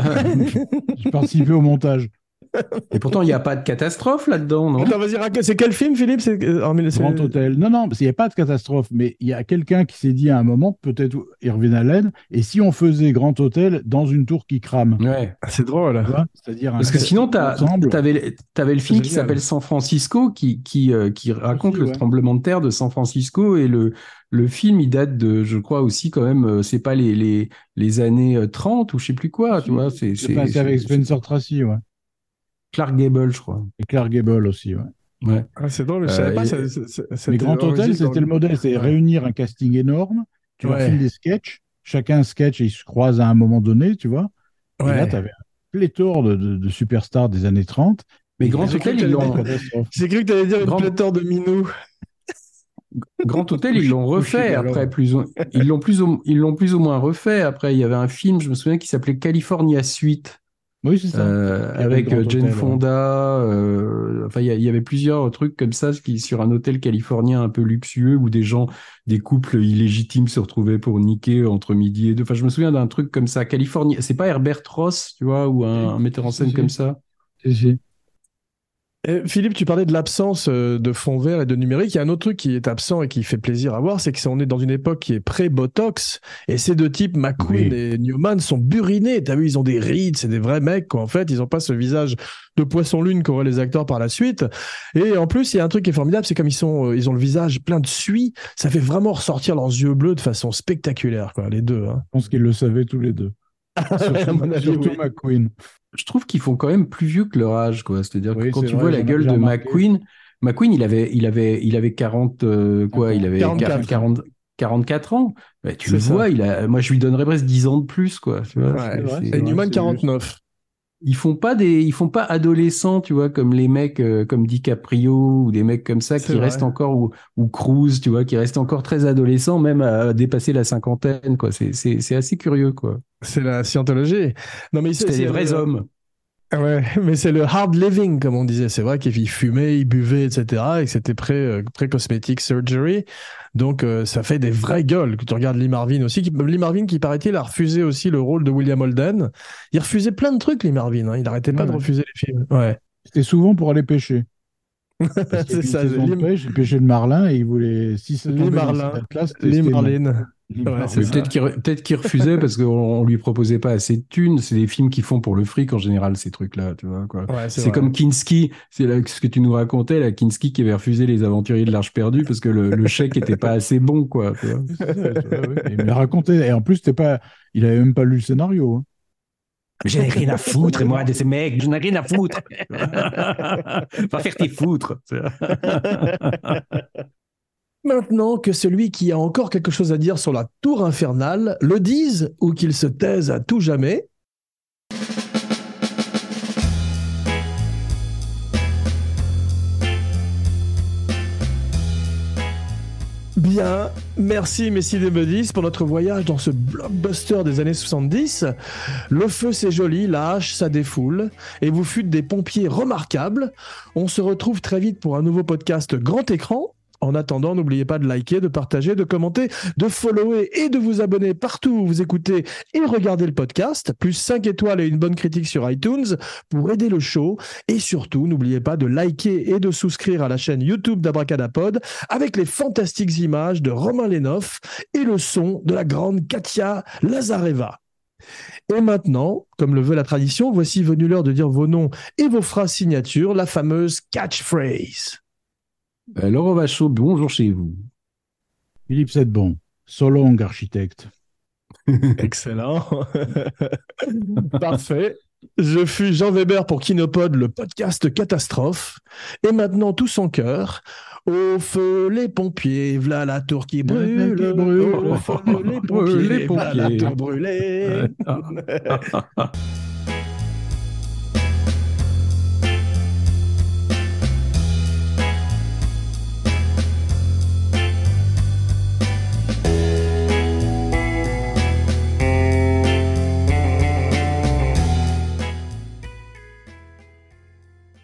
j'ai participé au montage. Et pourtant, il n'y a pas de catastrophe là-dedans, non? Attends, vas-y, raconte. C'est quel film, Philippe? C'est euh, en mille- c'est- Grand Hôtel. Non, non, parce qu'il n'y a pas de catastrophe, mais il y a quelqu'un qui s'est dit à un moment, peut-être Irvin Allen, et si on faisait Grand Hôtel dans une tour qui crame, Ouais. Ah, c'est drôle. tu vois, c'est-à-dire un Parce que sinon, t'as, ensemble. t'avais, t'avais le film qui Génial. s'appelle San Francisco, qui, qui, euh, qui raconte Aussi, le ouais. tremblement de terre de San Francisco, et le, le film, il date de, je crois aussi quand même, euh, c'est pas les, les, les années euh, trente ou je sais plus quoi, tu vois, c'est, C'est c'est, passé avec c'est- Spencer Tracy, ouais. Clark Gable, je crois. Et Clark Gable aussi, ouais. Ouais. Ah, c'est drôle, je Euh, savais pas. et- ça- ça- ça- Mais c'était Grand Hôtel, origine c'était le dans- modèle, c'est Ouais. réunir un casting énorme, tu leur Ouais. filmes des sketchs, chacun sketch et ils se croisent à un moment donné, tu vois. Et Ouais. là, tu avais un pléthore de, de- de superstars des années trente. Mais Et Grand j'ai Hôtel, cru ils que t'allais l'ont, dire catastrophe. J'ai cru que tu allais dire Grand- une pléthore de minous. Grand Hôtel, ils l'ont Couché refait ballon. après plus ou... ils l'ont plus ou... ils l'ont plus ou moins refait après. Il y avait un film, je me souviens, qui s'appelait California Suite. Oui, c'est ça. Euh, Qui avec Grand euh, Jane Hôtel, ouais. Fonda, euh, enfin il y, a- il y avait plusieurs trucs comme ça qui sur un hôtel californien un peu luxueux où des gens, des couples illégitimes se retrouvaient pour niquer entre midi et deux. Enfin je me souviens d'un truc comme ça. Californie, c'est pas Herbert Ross, tu vois, ou un, un metteur en Si, scène si. comme ça. Si, si. Et Philippe, tu parlais de l'absence euh, de fond vert et de numérique. Il y a un autre truc qui est absent et qui fait plaisir à voir, c'est qu'on est dans une époque qui est pré-Botox. Et ces deux types, McQueen Oui. et Newman, sont burinés. T'as vu, ils ont des rides, c'est des vrais mecs, quoi. En fait, ils n'ont pas ce visage de poisson-lune qu'auraient les acteurs par la suite. Et en plus, il y a un truc qui est formidable, c'est comme ils sont, euh, ils ont le visage plein de suie. Ça fait vraiment ressortir leurs yeux bleus de façon spectaculaire, quoi, les deux. Hein. Je pense qu'ils le savaient tous les deux. À mon avis, Surtout oui. McQueen. Je trouve qu'ils font quand même plus vieux que leur âge, quoi. C'est-à-dire que Oui, quand c'est tu vrai, vois la j'en ai- gueule j'ai de remarqué. McQueen, McQueen, il avait, il avait, il avait quarante, euh, quoi, il avait quarante-quatre. quarante, quarante-quatre ans. Bah, tu C'est le ça. vois, il a, moi, je lui donnerais presque dix ans de plus, quoi. Tu vois, Ouais. c'est- Et c'est- Newman, c'est quarante-neuf. ils font pas des, ils font pas adolescents, tu vois, comme les mecs euh, comme DiCaprio ou des mecs comme ça C'est qui vrai. restent encore ou, ou Cruise, tu vois, qui restent encore très adolescents, même à dépasser la cinquantaine, quoi. C'est, c'est, c'est assez curieux, quoi. C'est la scientologie. Non, mais c'est C'était des c'est vrais le... hommes. Ouais, mais c'est le hard living, comme on disait. C'est vrai qu'il fumait, il buvait, et cetera. Et que c'était pré, euh, pré-cosmetic surgery. Donc, euh, ça fait des vraies gueules. Que tu regardes Lee Marvin aussi. Qui, Lee Marvin, qui paraît-il, a refusé aussi le rôle de William Holden. Il refusait plein de trucs, Lee Marvin. Hein. Il n'arrêtait pas Ouais, de ouais. refuser les films. Ouais, C'était souvent pour aller pêcher. Parce qu'il y c'est avait une ça. saison de Lee, pêche, il pêchait le marlin et il voulait, si ça Lee tombait dans Marlin. cette date-là, c'était Lee c'était non. Marlin. Lee Ouais, Marlin. c'est Mais ça. peut-être qu'il re- peut-être qu'il refusait parce qu'on on lui proposait pas assez de thunes. C'est des films qui font pour le fric en général, ces trucs-là, tu vois, quoi. Ouais, c'est C'est vrai. comme Kinski, c'est là, ce que tu nous racontais, là, Kinski qui avait refusé Les Aventuriers de l'Arche perdue parce que le, le chèque était pas assez bon, quoi, tu vois. Oui, c'est ça, ouais, ouais. Il me l'a raconté. Et en plus, c'était pas, il avait même pas lu le scénario. Hein. Je n'ai rien à foutre, moi, de ces mecs. Je n'ai rien à foutre. Va faire tes foutres. Maintenant que celui qui a encore quelque chose à dire sur la tour infernale le dise ou qu'il se taise à tout jamais. Bien, merci Messieurs des Buddies pour notre voyage dans ce blockbuster des années soixante-dix. Le feu c'est joli, la hache ça défoule, et vous fûtes des pompiers remarquables. On se retrouve très vite pour un nouveau podcast grand écran. En attendant, n'oubliez pas de liker, de partager, de commenter, de follower et de vous abonner partout où vous écoutez et regardez le podcast. Plus cinq étoiles et une bonne critique sur iTunes pour aider le show. Et surtout, n'oubliez pas de liker et de souscrire à la chaîne YouTube d'Abracadapod avec les fantastiques images de Romain Lénoff et le son de la grande Katia Lazareva. Et maintenant, comme le veut la tradition, voici venue l'heure de dire vos noms et vos phrases signatures, la fameuse catchphrase. Euh, Laurent Vachaud, bonjour chez vous. Philippe Sedbon, so long, architecte. Excellent. Parfait. Je fus Jean Weber pour Kinopod, le podcast catastrophe. Et maintenant, tous en chœur. Au feu les pompiers, v'là la tour qui brûle. Qui brûle. Au feu les pompiers, Les v'là la pompiers. tour brûlée.